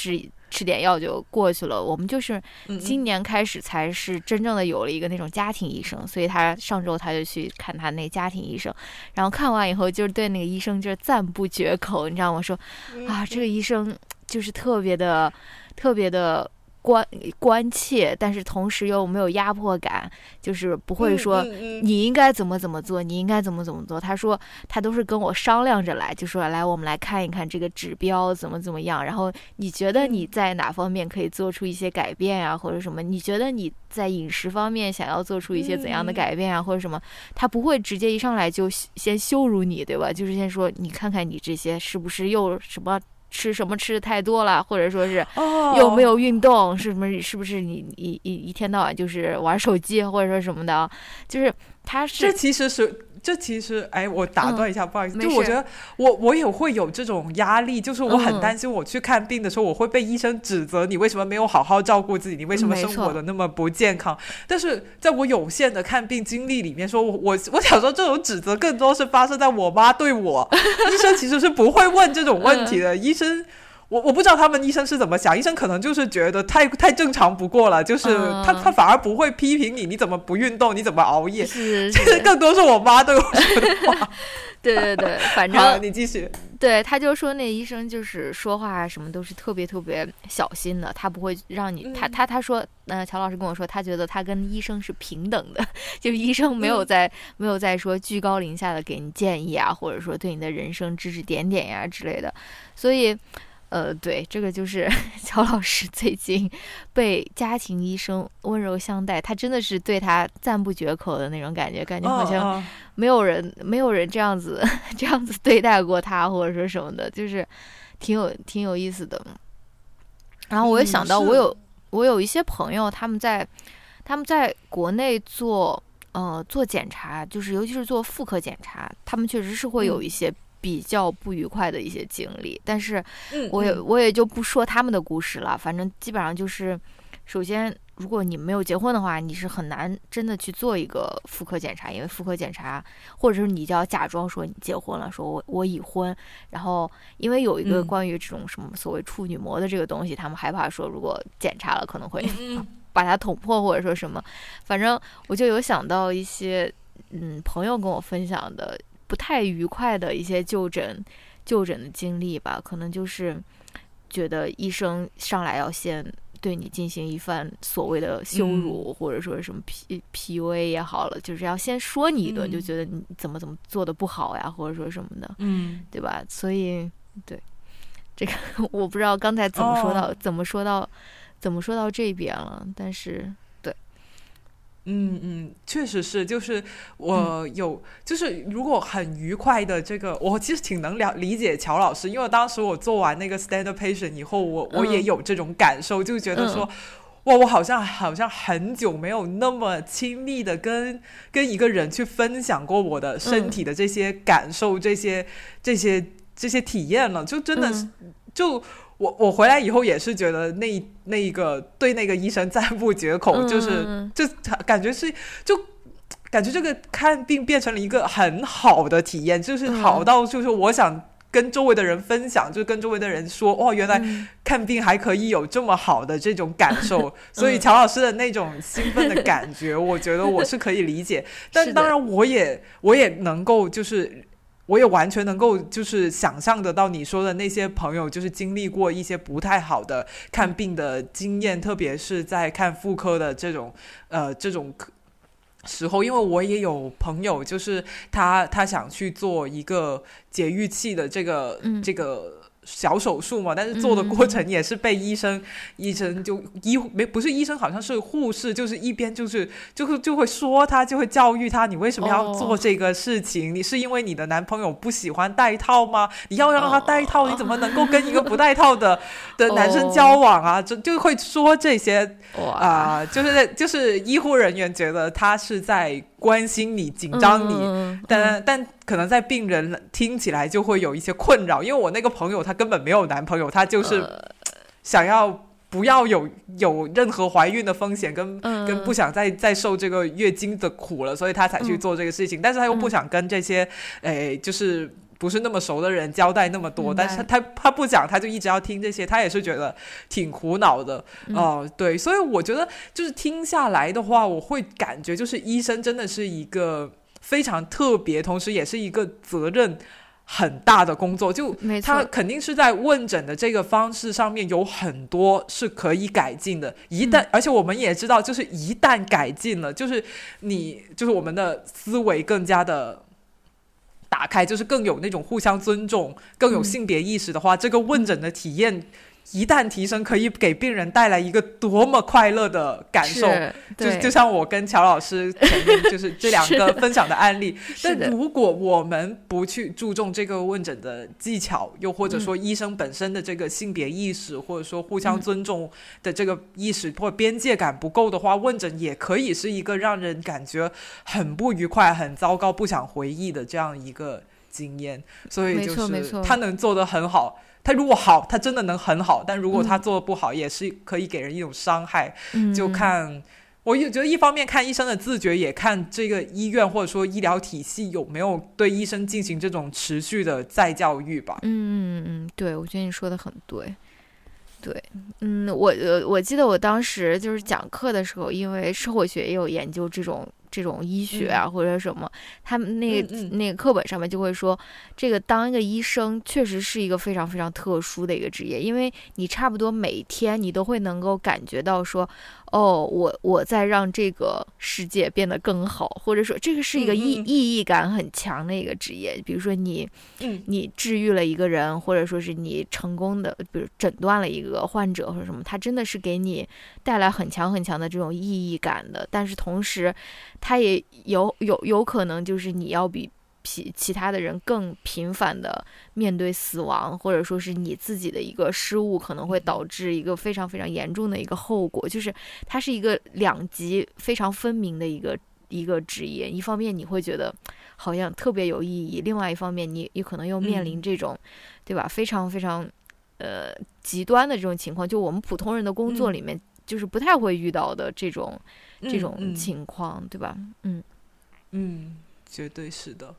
吃点药就过去了。我们就是今年开始才是真正的有了一个那种家庭医生，所以他上周他就去看他那家庭医生，然后看完以后就是对那个医生就是赞不绝口，你知道吗？说啊，这个医生就是特别的关切，但是同时又没有压迫感，就是不会说你应该怎么做，你应该怎么做。他说他都是跟我商量着来，就说来我们来看一看这个指标怎么样，然后你觉得你在哪方面可以做出一些改变啊，或者什么？你觉得你在饮食方面想要做出一些怎样的改变啊，或者什么？他不会直接一上来就先羞辱你，对吧？就是先说你看看你这些是不是又什么吃的太多了，或者说是又没有运动，是不是你一天到晚就是玩手机或者说什么的，就是他是这其实哎，我打断一下，不好意思，就我觉得我也会有这种压力，就是我很担心我去看病的时候，我会被医生指责你为什么没有好好照顾自己，你为什么生活的那么不健康。但是在我有限的看病经历里面说，我想说这种指责更多是发生在我妈对我，医生其实是不会问这种问题的。医生我不知道他们医生是怎么想，医生可能就是觉得太正常不过了，就是他反而不会批评你怎么不运动，你怎么熬夜， 是更多是我妈对我说的话。 对，反正你继续。 对，他就说那医生就是说话什么都是特别小心的，他不会让你他说乔老师跟我说，他觉得他跟医生是平等的，就是医生没有在说居高临下的给你建议啊，或者说对你的人生指指点点呀之类的，所以对，这个就是乔老师最近被家庭医生温柔相待，他真的是对他赞不绝口的那种感觉好像没有人这样子对待过他，或者说什么的，就是挺有意思的。然后我也想到，我有一些朋友，他们在国内做检查，就是尤其是做妇科检查，他们确实是会有一些比较不愉快的一些经历，但是我也就不说他们的故事了，反正基本上就是，首先如果你没有结婚的话，你是很难真的去做一个妇科检查，因为妇科检查或者是你就要假装说你结婚了，说我已婚，然后因为有一个关于这种什么所谓处女膜的这个东西，他们害怕说如果检查了可能会把它捅破或者说什么，反正我就有想到一些朋友跟我分享的不太愉快的一些就诊的经历吧，可能就是觉得医生上来要先对你进行一番所谓的羞辱，或者说什么 PUA 也好了，就是要先说你一顿，就觉得你怎么做的不好呀，或者说什么的，对吧？所以对这个我不知道刚才怎么说到这边了，但是确实是，就是我有，就是如果很愉快的这个，我其实挺能理解乔老师，因为当时我做完那个 stand-up patient 以后，我也有这种感受，就觉得说，哇，我好像很久没有那么亲密的跟一个人去分享过我的身体的这些感受，这些体验了，就真的是就。我回来以后也是觉得那个对那个医生赞不绝口，就感觉这个看病变成了一个很好的体验，就是好到就是我想跟周围的人分享，就跟周围的人说，原来看病还可以有这么好的这种感受，所以乔老师的那种兴奋的感觉，我觉得我是可以理解，但当然我也能够就是。我也完全能够就是想象得到你说的那些朋友就是经历过一些不太好的看病的经验，特别是在看妇科的这种时候，因为我也有朋友就是他想去做一个节育器的这个小手术嘛，但是做的过程也是被医生就不是医生，好像是护士，就是一边就会说他，就会教育他，你为什么要做这个事情？你是因为你的男朋友不喜欢戴套吗？你要让他戴套，你怎么能够跟一个不戴套的男生交往啊？就会说这些就是医护人员觉得他是在关心你、紧张你，但可能在病人听起来就会有一些困扰，因为我那个朋友他根本没有男朋友，他就是想要不要有任何怀孕的风险，跟不想再受这个月经的苦了，所以他才去做这个事情，但是他又不想跟这些就是不是那么熟的人交代那么多，但是他不讲，他就一直要听这些，他也是觉得挺苦恼的。对，所以我觉得就是听下来的话，我会感觉就是医生真的是一个非常特别，同时也是一个责任很大的工作，就他肯定是在问诊的这个方式上面有很多是可以改进的，而且我们也知道，就是一旦改进了，就是我们的思维更加的打开，就是更有那种互相尊重，更有性别意识的话，这个问诊的体验一旦提升，可以给病人带来一个多么快乐的感受。就像我跟乔老师前面就是这两个分享的案例但如果我们不去注重这个问诊的技巧，又或者说医生本身的这个性别意识，或者说互相尊重的这个意识或边界感不够的话，问诊也可以是一个让人感觉很不愉快、很糟糕、不想回忆的这样一个经验。所以就是他能做得很好，他如果好，他真的能很好，但如果他做得不好，也是可以给人一种伤害。就看我觉得一方面看医生的自觉，也看这个医院或者说医疗体系有没有对医生进行这种持续的再教育吧。 对，我觉得你说的很对。对，我记得我当时就是讲课的时候，因为社会学也有研究这种医学啊或者什么，他们那个课本上面就会说，这个当一个医生确实是一个非常非常特殊的一个职业，因为你差不多每天你都会能够感觉到说，我在让这个世界变得更好，或者说这个是一个意义感很强的一个职业。比如说你治愈了一个人，或者说是你成功的比如诊断了一个患者或者什么，它真的是给你带来很强很强的这种意义感的。但是同时它也有可能就是你要比其他的人更频繁的面对死亡，或者说是你自己的一个失误可能会导致一个非常非常严重的一个后果，就是它是一个两极非常分明的一个职业。一方面你会觉得好像特别有意义，另外一方面你可能又面临这种对吧非常非常极端的这种情况，就我们普通人的工作里面就是不太会遇到的这种情况，对吧？ 绝对是的。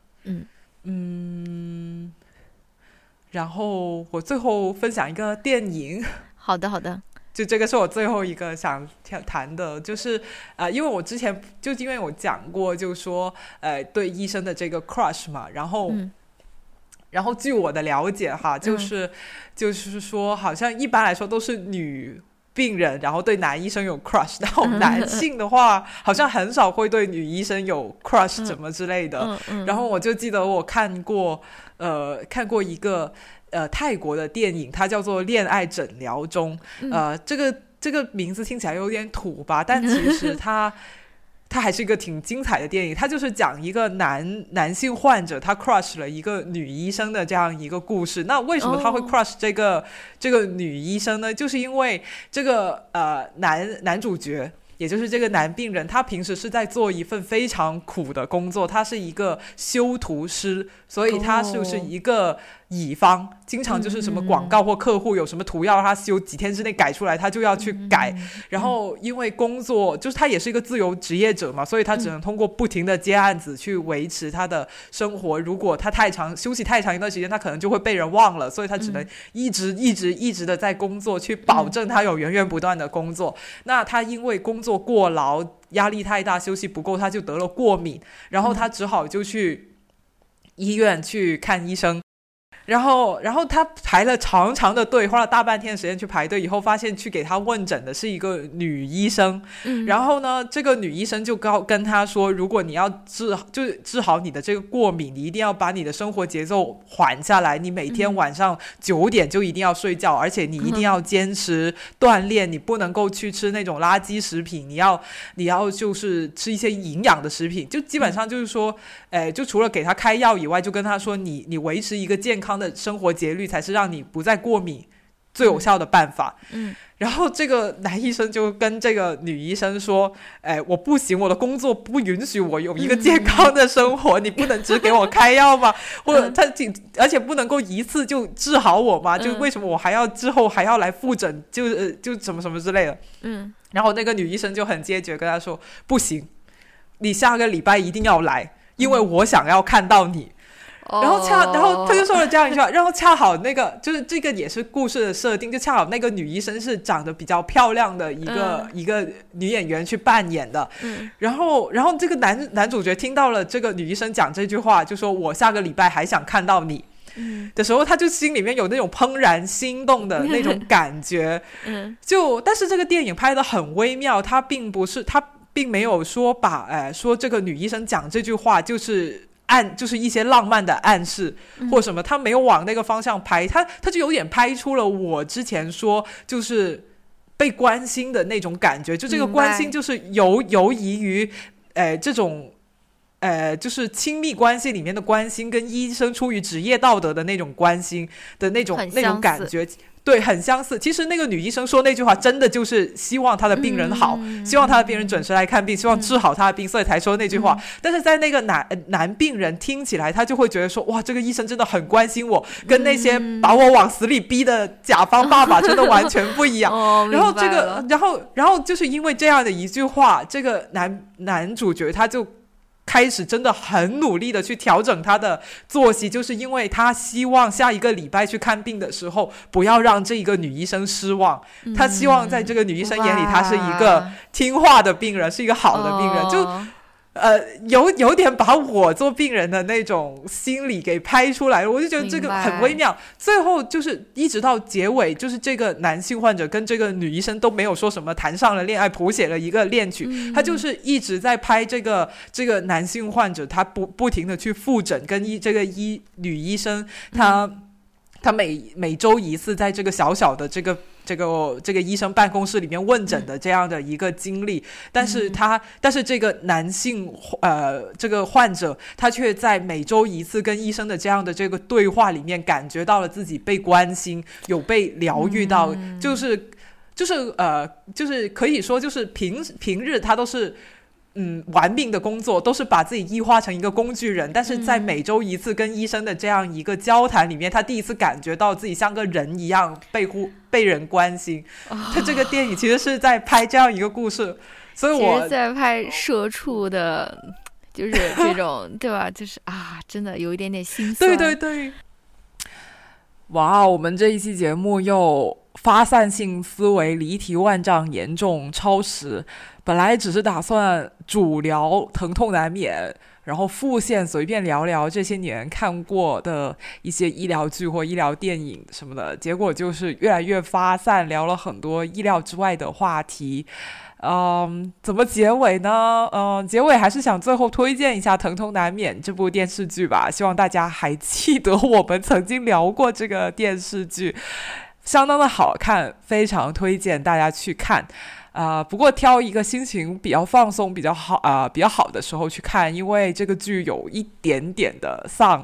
然后我最后分享一个电影。 好的。 就这个是我最后一个想谈的，就是因为我之前就因为我讲过，就是说对医生的这个 crush 嘛，然后据我的了解哈，就是说好像一般来说都是女病人然后对男医生有 crush， 然后男性的话好像很少会对女医生有 crush 什么之类的。然后我就记得我看过一个泰国的电影，它叫做《恋爱诊疗中》。这个名字听起来有点土吧，但其实它还是一个挺精彩的电影。它就是讲一个男性患者他 crush 了一个女医生的这样一个故事。那为什么他会 crush 这个女医生呢？就是因为这个男主角也就是这个男病人，他平时是在做一份非常苦的工作，他是一个修图师，所以他就是一个乙方，经常就是什么广告或客户有什么图要他修，几天之内改出来他就要去改。然后因为工作就是他也是一个自由职业者嘛，所以他只能通过不停的接案子去维持他的生活。如果他休息太长一段时间，他可能就会被人忘了，所以他只能一直的在工作，去保证他有源源不断的工作。那他因为工作过劳，压力太大，休息不够，他就得了过敏，然后他只好就去医院去看医生。然后他排了长长的队，花了大半天的时间去排队，以后发现去给他问诊的是一个女医生。然后呢这个女医生就跟他说，如果你要治好你的这个过敏，你一定要把你的生活节奏缓下来，你每天晚上9点就一定要睡觉，而且你一定要坚持锻炼，你不能够去吃那种垃圾食品，你要就是吃一些营养的食品。就基本上就是说就除了给他开药以外，就跟他说你维持一个健康的生活节律才是让你不再过敏最有效的办法。然后这个男医生就跟这个女医生说，我不行，我的工作不允许我有一个健康的生活，你不能只给我开药吗？或者而且不能够一次就治好我吗？就为什么我还要之后还要来复诊，就什么什么之类的。然后那个女医生就很坚决跟他说，不行，你下个礼拜一定要来，因为我想要看到你。 然后他就说了这样一句话，然后恰好那个就是这个也是故事的设定，就恰好那个女医生是长得比较漂亮的一个女演员去扮演的，然后这个男主角听到了这个女医生讲这句话，就说我下个礼拜还想看到你的时候，他就心里面有那种怦然心动的那种感觉，但是这个电影拍得很微妙，他并没有说说这个女医生讲这句话就是一些浪漫的暗示或什么，他没有往那个方向拍，他就有点拍出了我之前说就是被关心的那种感觉，就这个关心就是游移于这种就是亲密关系里面的关心，跟医生出于职业道德的那种关心的那种感觉，对，很相似。其实那个女医生说那句话真的就是希望她的病人好，希望她的病人准时来看病，希望治好她的病，所以才说那句话。但是在那个男病人听起来，他就会觉得说，哇，这个医生真的很关心我，跟那些把我往死里逼的甲方爸爸真的完全不一样。然后这个，然后就是因为这样的一句话，这个男主角他就开始真的很努力的去调整他的作息，就是因为他希望下一个礼拜去看病的时候不要让这一个女医生失望，他希望在这个女医生眼里他是一个听话的病人，是一个好的病人，就有点把我做病人的那种心理给拍出来了，我就觉得这个很微妙。最后就是一直到结尾，就是这个男性患者跟这个女医生都没有说什么谈上了恋爱，谱写了一个恋曲，他就是一直在拍这个男性患者他不停的去复诊，跟这个女医生他每周一次在这个小小的这个医生办公室里面问诊的这样的一个经历，但是这个男性这个患者他却在每周一次跟医生的这样的这个对话里面感觉到了自己被关心，有被疗愈到，就是可以说就是平日他都是玩命的工作，都是把自己异化成一个工具人，但是在每周一次跟医生的这样一个交谈里面，他第一次感觉到自己像个人一样被人关心。他这个电影其实是在拍这样一个故事，所以我其实在拍社畜的就是这种对吧，就是真的有一点点心酸。 对，哇，我们这一期节目又发散性思维离题万丈，严重超时。本来只是打算主聊疼痛难免，然后副线随便聊聊这些年看过的一些医疗剧或医疗电影什么的，结果就是越来越发散，聊了很多意料之外的话题。怎么结尾呢？结尾还是想最后推荐一下《疼痛难免》这部电视剧吧，希望大家还记得我们曾经聊过这个电视剧，相当的好看，非常推荐大家去看。不过挑一个心情比较放松、比较好的时候去看，因为这个剧有一点点的丧。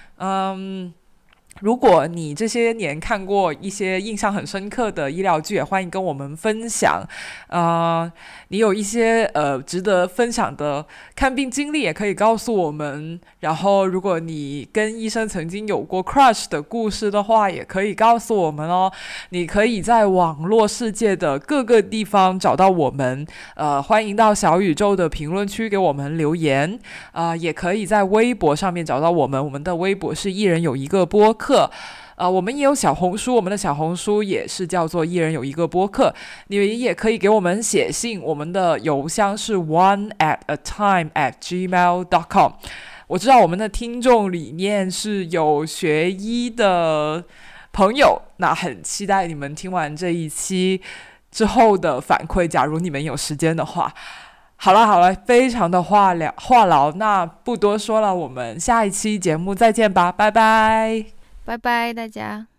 如果你这些年看过一些印象很深刻的医疗剧，也欢迎跟我们分享。你有一些值得分享的看病经历，也可以告诉我们。然后，如果你跟医生曾经有过 crush 的故事的话，也可以告诉我们哦。你可以在网络世界的各个地方找到我们。欢迎到小宇宙的评论区给我们留言。也可以在微博上面找到我们。我们的微博是一人有一个播客。我们也有小红书，我们的小红书也是叫做一人有一个播客。你也可以给我们写信，我们的邮箱是 oneatatime@gmail.com。 我知道我们的听众里面是有学医的朋友，那很期待你们听完这一期之后的反馈，假如你们有时间的话。好了，非常的话痨，那不多说了，我们下一期节目再见吧，拜拜， 拜拜大家。